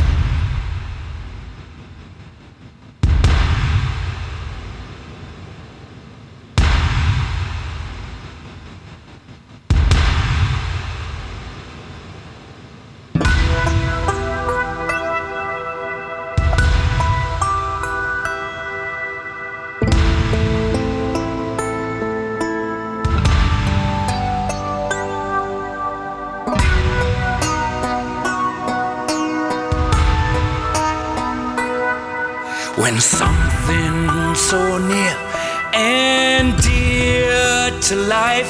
When something so near and dear to life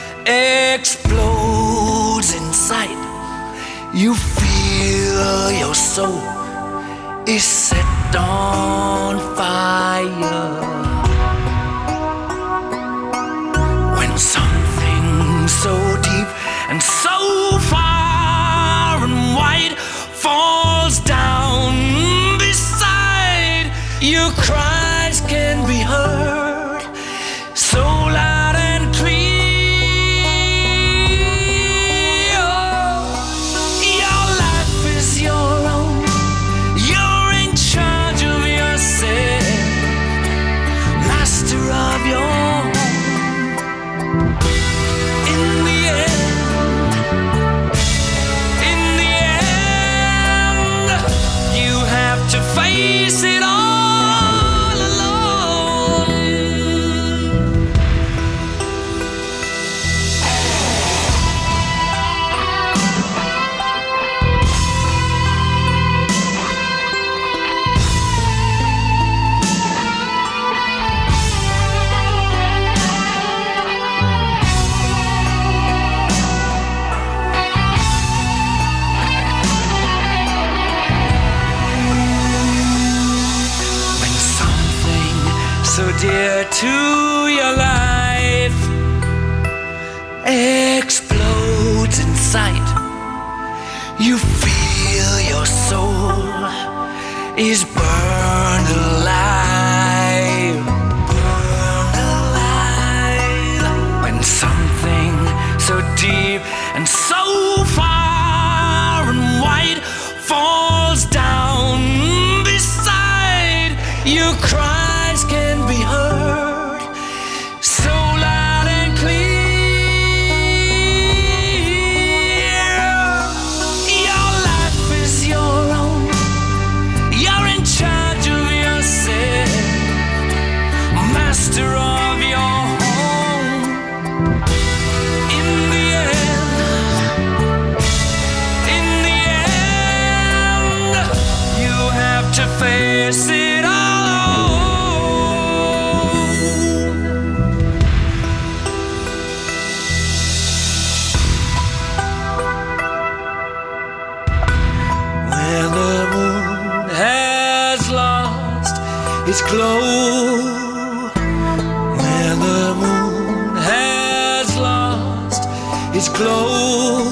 explodes inside, you feel your soul is set on fire. When something so deep and so far and wide falls down beside, your cries can be heard so loud and clear. Your life is your own. You're in charge of yourself. to your life explodes inside. You feel your soul is burned alive, burned alive. When something so deep and so far and wide falls down beside, your cries can be heard so loud and clear. Your life is your own, you're in charge of yourself, master of your home. In the end, you have to face it all. Where the moon has lost its glow, where the moon has lost its glow,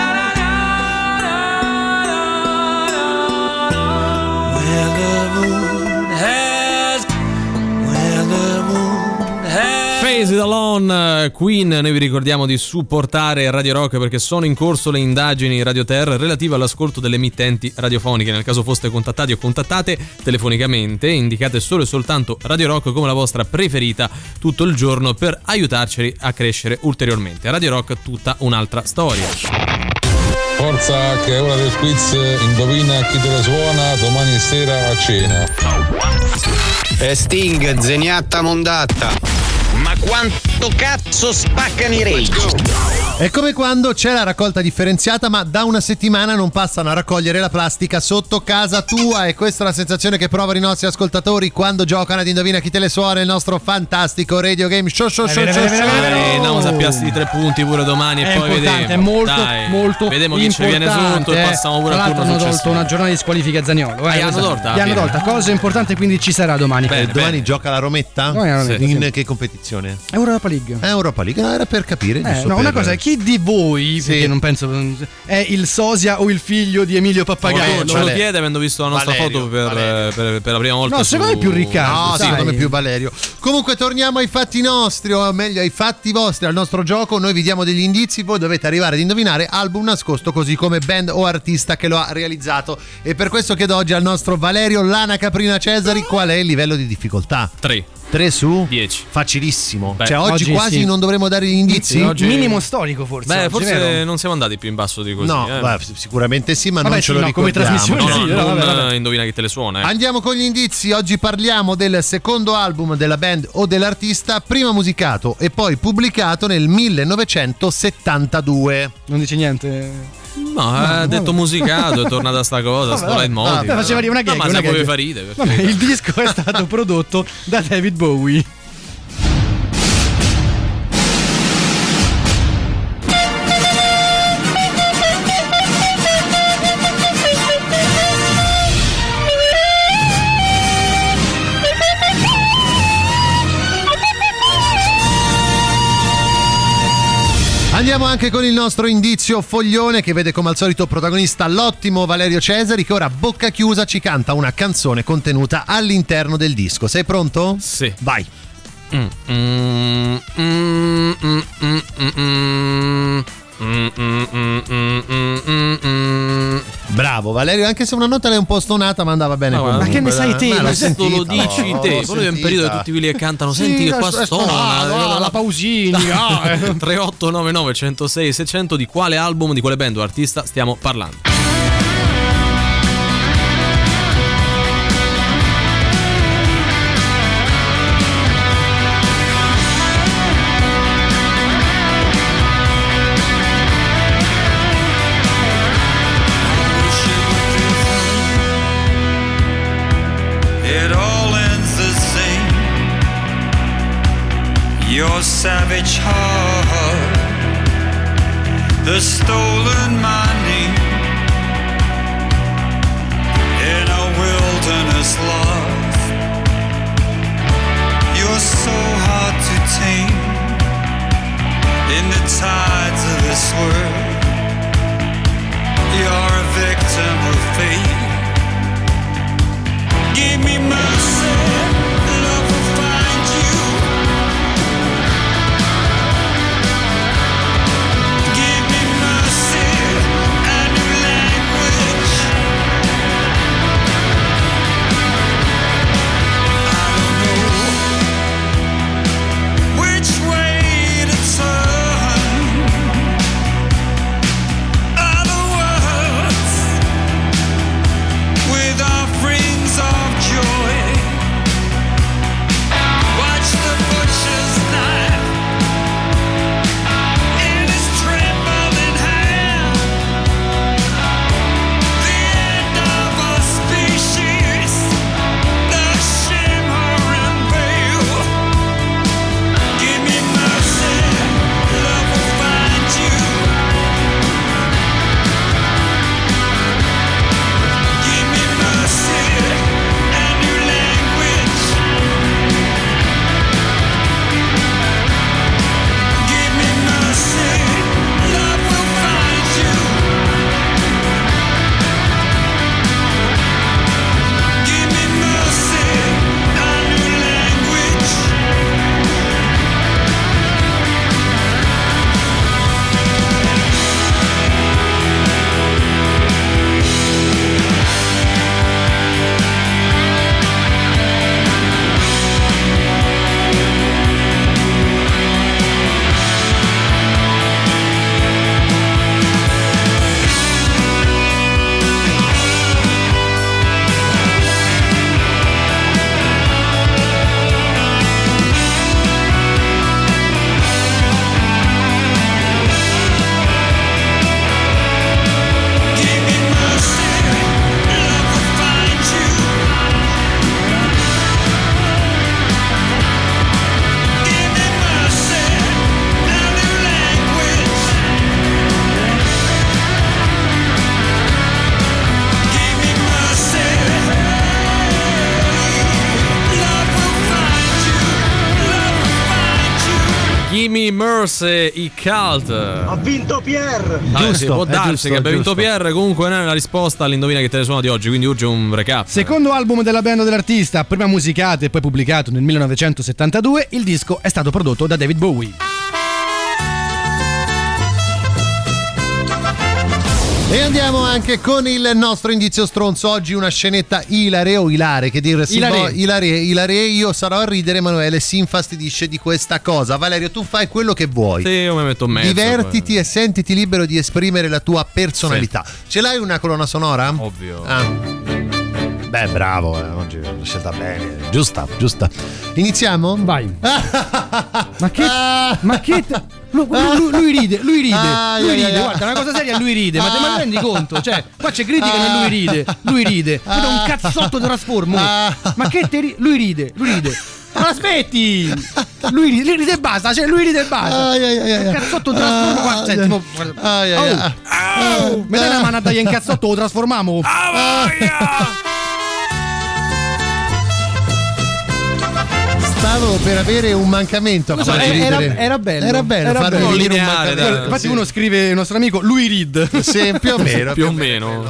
where the moon has, where the moon has. Face It Alone, Queen. Noi vi ricordiamo di supportare Radio Rock perché sono in corso le indagini Radio Terra relative all'ascolto delle emittenti radiofoniche. Nel caso foste contattati o contattate telefonicamente, indicate solo e soltanto Radio Rock come la vostra preferita tutto il giorno per aiutarci a crescere ulteriormente. Radio Rock, tutta un'altra storia. Forza, che è ora del quiz. Indovina chi te la suona domani sera a cena. Sting, Zeniatta Mondatta. Ma quanto cazzo spaccano i Rage? È come quando c'è la raccolta differenziata ma da una settimana non passano a raccogliere la plastica sotto casa tua, e questa è la sensazione che provano i nostri ascoltatori quando giocano ad Indovina chi te le suona, il nostro fantastico radio game show. No, sappiasti di 3 punti pure domani e poi vediamo. È molto vediamo chi ci viene sotto e passiamo pure al turno successivo. Hanno tolto una giornata di squalifica a Zaniolo. Gli hanno tolta? Cosa importante, quindi ci sarà domani. Domani gioca la Rometta? In che competizione? Europa League. No, era per capire. Una cosa, chi di voi, perché non penso, è il sosia o il figlio di Emilio Pappagallo? Ce lo chiede avendo visto la nostra foto per la prima volta. No, secondo me è più Riccardo. No, secondo me più Valerio. Comunque torniamo ai fatti nostri, o meglio ai fatti vostri, al nostro gioco. Noi vi diamo degli indizi, voi dovete arrivare ad indovinare album nascosto, così come band o artista che lo ha realizzato. E per questo chiedo oggi al nostro Valerio Lana Caprina Cesari qual è il livello di difficoltà. 3 su 10. Facilissimo. Beh, cioè oggi quasi non dovremo dare gli indizi. Oggi minimo storico forse. Beh, oggi, forse vero? non siamo andati più in basso di così. No, sicuramente sì, ma non ce lo come ricordiamo. trasmissione. Non indovina chi te le suona. Andiamo con gli indizi. Oggi parliamo del secondo album della band o dell'artista, prima musicato e poi pubblicato nel 1972. Non dice niente. No, ha detto musicato, è tornata sta cosa, sto light mode. Faceva una gag. Ma se vuoi fa ridere. Il disco è stato prodotto da David Bowie. Andiamo anche con il nostro indizio foglione, che vede come al solito protagonista l'ottimo Valerio Cesari, che ora a bocca chiusa ci canta una canzone contenuta all'interno del disco. Sei pronto? Sì. Vai. Bravo Valerio, anche se una nota l'hai un po' stonata, ma andava bene. Ma che ne sai te? Ma questo lo dici te. Poi è un periodo che tutti quelli che cantano, senti che qua stona la Pausini. 3899 106 600. Di quale album, di quale band o artista stiamo parlando? Your savage heart, the stolen money in a wilderness lost. You're so high tides of this world. You're a victim of fate. Give me mercy, love will find you. Give me mercy, a new language. I don't know which way to turn. Other words with offerings of joy. Watch the butcher's knife in his trembling hand. The end of a species, the shimmering veil. Give me mercy, love will find you. Give me mercy, a new language. Give me mercy, love will find you. Give me mercy, a new language. Give me mercy, love will find you. Give me mercy, a new language. Give me mercy, love will find you. Love will find you. Gimme Mercy, i Cult. Ha vinto Pierre. Sì, può darsi giusto, che abbia vinto giusto. Pierre. Comunque non è la risposta all'indovina che te ne suona di oggi, quindi urge un recap. Secondo album della band dell'artista, prima musicato e poi pubblicato nel 1972, il disco è stato prodotto da David Bowie. E andiamo anche con il nostro indizio stronzo. Oggi una scenetta ilare o ilare, che dire si Ilare. può. Ilare, io sarò a ridere, Emanuele si infastidisce di questa cosa. Valerio, tu fai quello che vuoi. Sì, io mi metto in mezzo. Divertiti e sentiti libero di esprimere la tua personalità. Ce l'hai una colonna sonora? Ovvio. Beh, bravo, oggi l'ho scelta bene. Giusta. Iniziamo? Vai. Ma che lui ride. Guarda, una cosa seria, lui ride. Ma te ma rendi conto? Cioè, qua c'è critica e lui ride. Guarda, un cazzotto trasformo. Ma che lui ride. Ma aspetti! Lui ride e basta, cioè lui ride e basta. Un cazzotto trasformo. Guarda, senti, mi dai una mano a dare in cazzotto, lo trasformiamo? Stavo per avere un mancamento a farti ridere. Era bello. Era bello farmi bello. ridere un Lineare, mancamento. Infatti uno scrive, il nostro amico, lui ride. Sì, più o meno. Più o meno.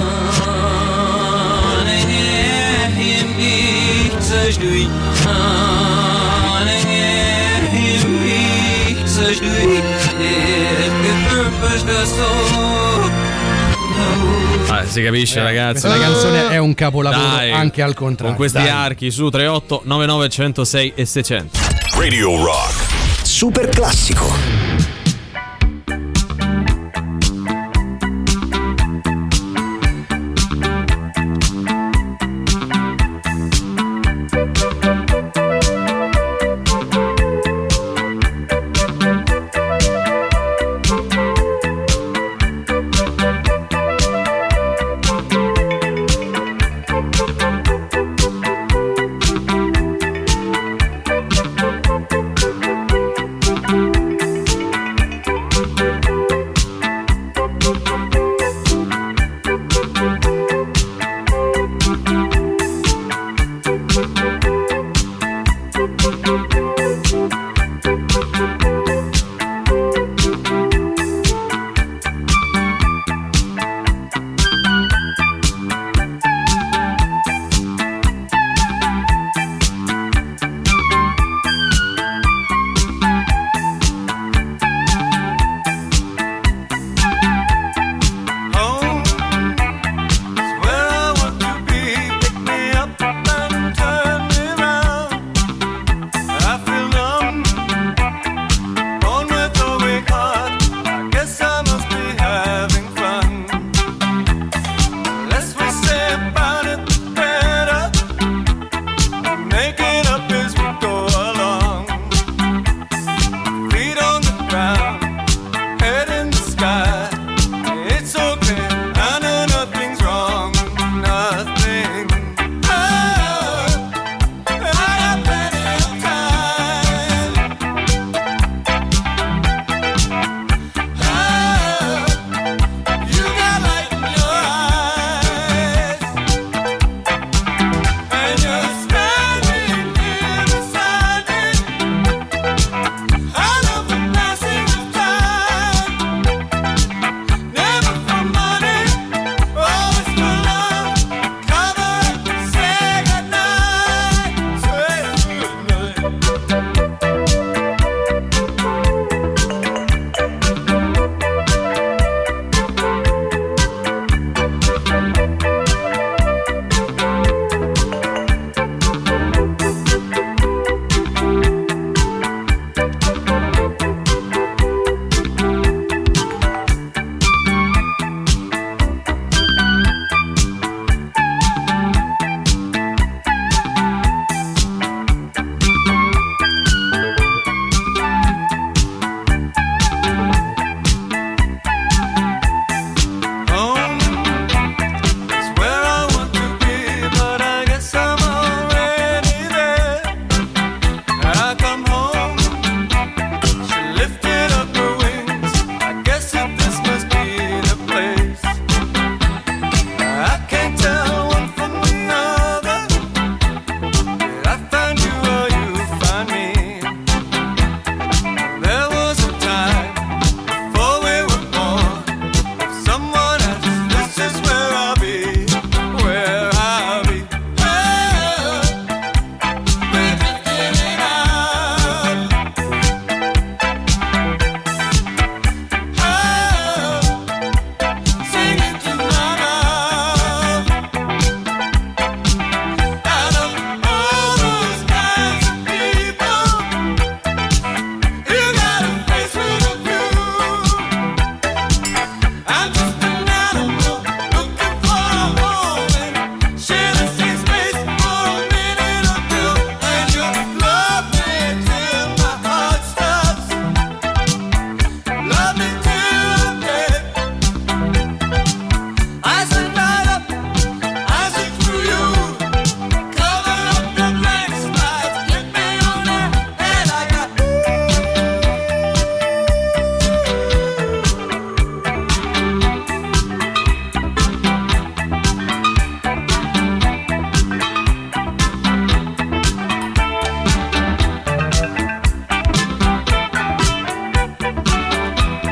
Si capisce, ragazzi. Questa canzone è un capolavoro. Dai, anche al contrario. con questi archi su 38 99 106 e 600. Radio Rock. Super classico.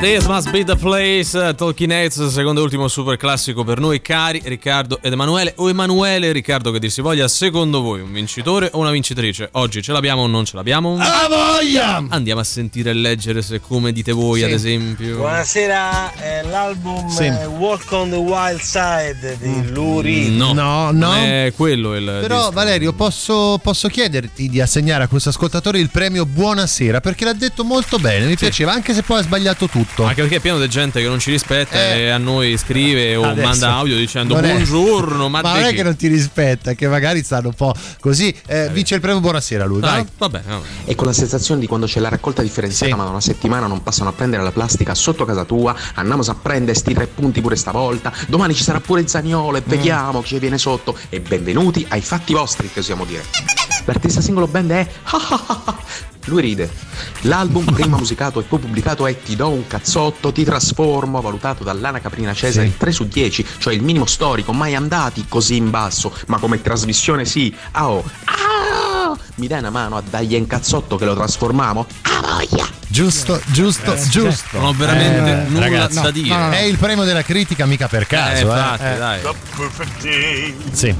This Must Be The Place, Talking Heads, secondo e ultimo super classico per noi cari Riccardo ed Emanuele, o Emanuele e Riccardo che dir si voglia. Secondo voi un vincitore o una vincitrice? Oggi ce l'abbiamo o non ce l'abbiamo? A voglia! Andiamo a sentire e leggere se come dite voi, ad esempio. Buonasera, l'album Walk on the Wild Side di Lou Reed. No. È quello il Però disco. Valerio, posso chiederti di assegnare a questo ascoltatore il premio Buonasera, perché l'ha detto molto bene, mi piaceva, anche se poi ha sbagliato tutto. Anche perché è pieno di gente che non ci rispetta e a noi scrive o Adesso manda audio dicendo non è- buongiorno, ma non è che non ti rispetta, che magari stanno un po' così. Vince il premio Buonasera lui, vai. Va bene. E con la sensazione di quando c'è la raccolta differenziata, ma da una settimana non passano a prendere la plastica sotto casa tua, andiamo a prendere sti 3 punti pure stavolta, domani ci sarà pure Zaniolo e vediamo chi viene sotto, e benvenuti ai fatti vostri, che osiamo dire. L'artista singolo band è lui ride. L'album prima musicato e poi pubblicato è Ti do un cazzotto, ti trasformo, valutato dall'Ana Caprina Cesari 3 su 10, cioè il minimo storico, mai andati così in basso, ma come trasmissione sì. Mi dai una mano a dargli un cazzotto che lo trasformiamo? Voglia! Giusto. Non ho veramente nulla ragazzi, da dire. no. È il premio della critica, mica per caso. Infatti, dai. The perfect day. Sì.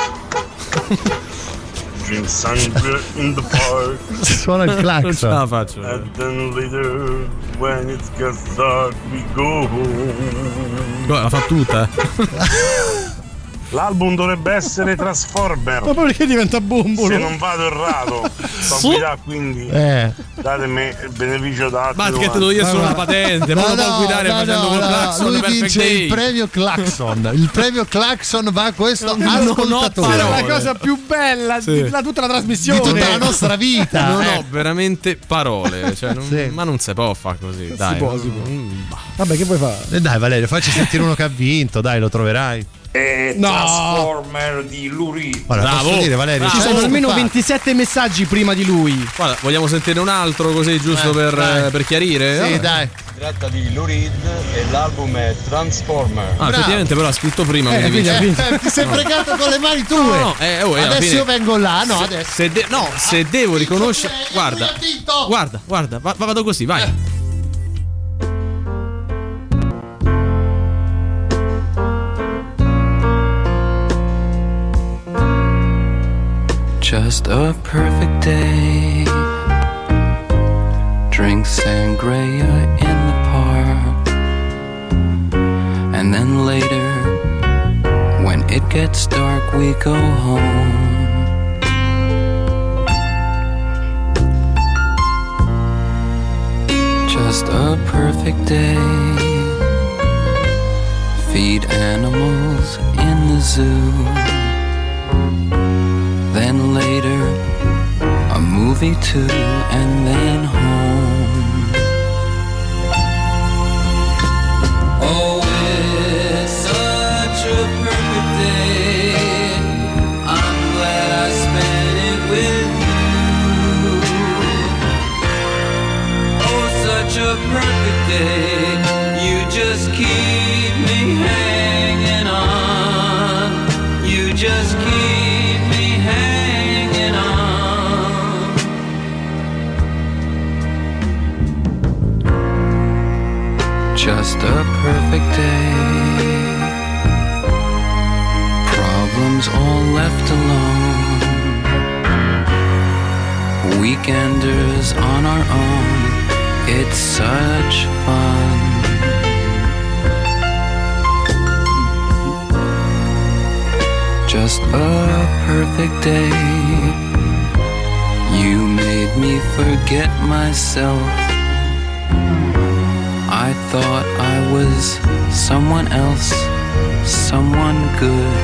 Drink sangue in the park. Suona il clacson. Non ce la faccio. And then later, when it gets dark, we go home. La fa tutta. L'album dovrebbe essere Transformer. Ma perché diventa bumbolo? Se non vado errato, sto guidando, quindi datemi il beneficio da. Ma che te devo dire solo la patente, ma non può guidare facendo col clacson. Lui Perfect vince Day. il premio Claxon. Il premio Claxon va a questo ascoltatore. È la cosa più bella di tutta la trasmissione, di tutta la nostra vita. Non ho veramente parole, cioè, ma non si può fare così. Dai. Si può. Vabbè, che puoi fare? Dai Valerio, facci sentire uno che ha vinto, dai, lo troverai. Transformer di Lou Reed. Guarda, posso dire, Valerio, ci sono almeno 27 messaggi prima di lui. Guarda, vogliamo sentire un altro così giusto per chiarire? Sì, dai. Si tratta di Lou Reed e l'album è Transformer. Effettivamente però ha scritto prima. Ti sei fregato con le mani tue. Adesso io vengo là, no? Adesso. Se devo riconoscere. Guarda, vado così, vai. Just a perfect day. Drink sangria in the park. And then later, when it gets dark, we go home. Just a perfect day. Feed animals in the zoo. Then later, a movie too, and then home. Oh, it's such a perfect day. I'm glad I spent it with you. Oh, such a perfect day. You just keep me hanging on. You just keep just a perfect day. Problems all left alone. Weekenders on our own. It's such fun. Just a perfect day. You made me forget myself. I thought I was someone else, someone good.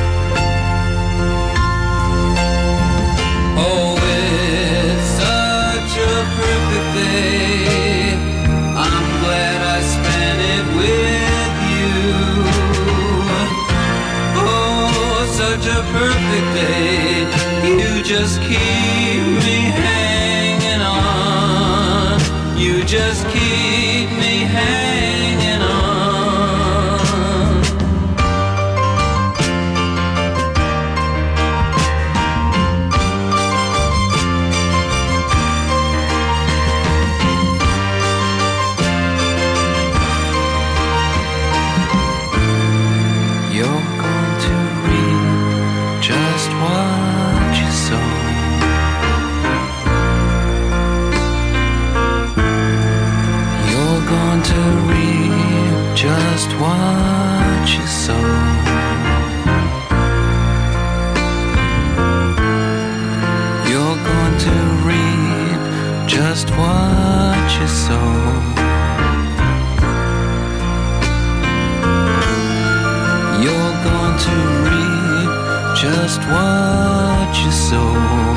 Oh, it's such a perfect day. I'm glad I spent it with you. Oh, such a perfect day. You just keep me hanging on. You just keep me hanging on. just what you sow. You're going to reap just what you sow. You're going to reap just what you sow.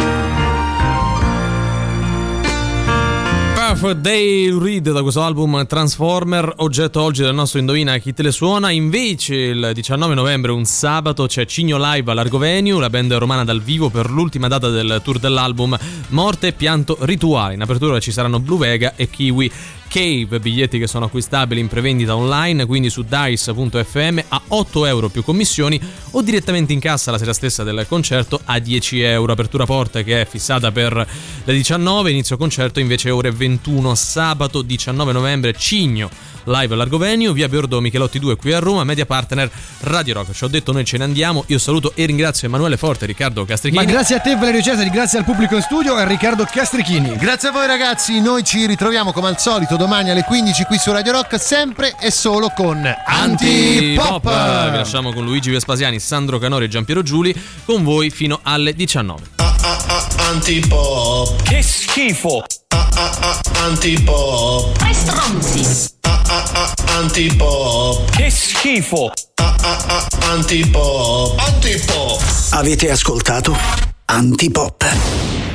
Dale Reed da questo album Transformer, oggetto oggi del nostro Indovina chi te le suona. Invece il 19 novembre, un sabato, c'è Cigno Live all'Argovenue, la band romana dal vivo per l'ultima data del tour dell'album Morte e Pianto Rituale. In apertura ci saranno Blue Vega e Kiwi Cave, biglietti che sono acquistabili in prevendita online, quindi su dice.fm a €8 più commissioni, o direttamente in cassa la sera stessa del concerto a €10. Apertura porte che è fissata per le 19, inizio concerto invece ore 21, sabato 19 novembre, Cigno Live all'Argovenue, via Beordo Michelotti 2 qui a Roma, media partner Radio Rock. Ci ho detto, noi ce ne andiamo. Io saluto e ringrazio Emanuele Forte e Riccardo Castrichini. Ma grazie a te Valerio Cesari, grazie al pubblico in studio e a Riccardo Castrichini. Grazie a voi ragazzi, noi ci ritroviamo come al solito domani alle 15 qui su Radio Rock, sempre e solo con Antipop. Vi lasciamo con Luigi Vespasiani, Sandro Canori e Giampiero Giuli, con voi fino alle 19. Antipop. Che schifo. Antipop. Tre stronzi. Antipop. Che schifo. Antipop. Antipop. Avete ascoltato Antipop.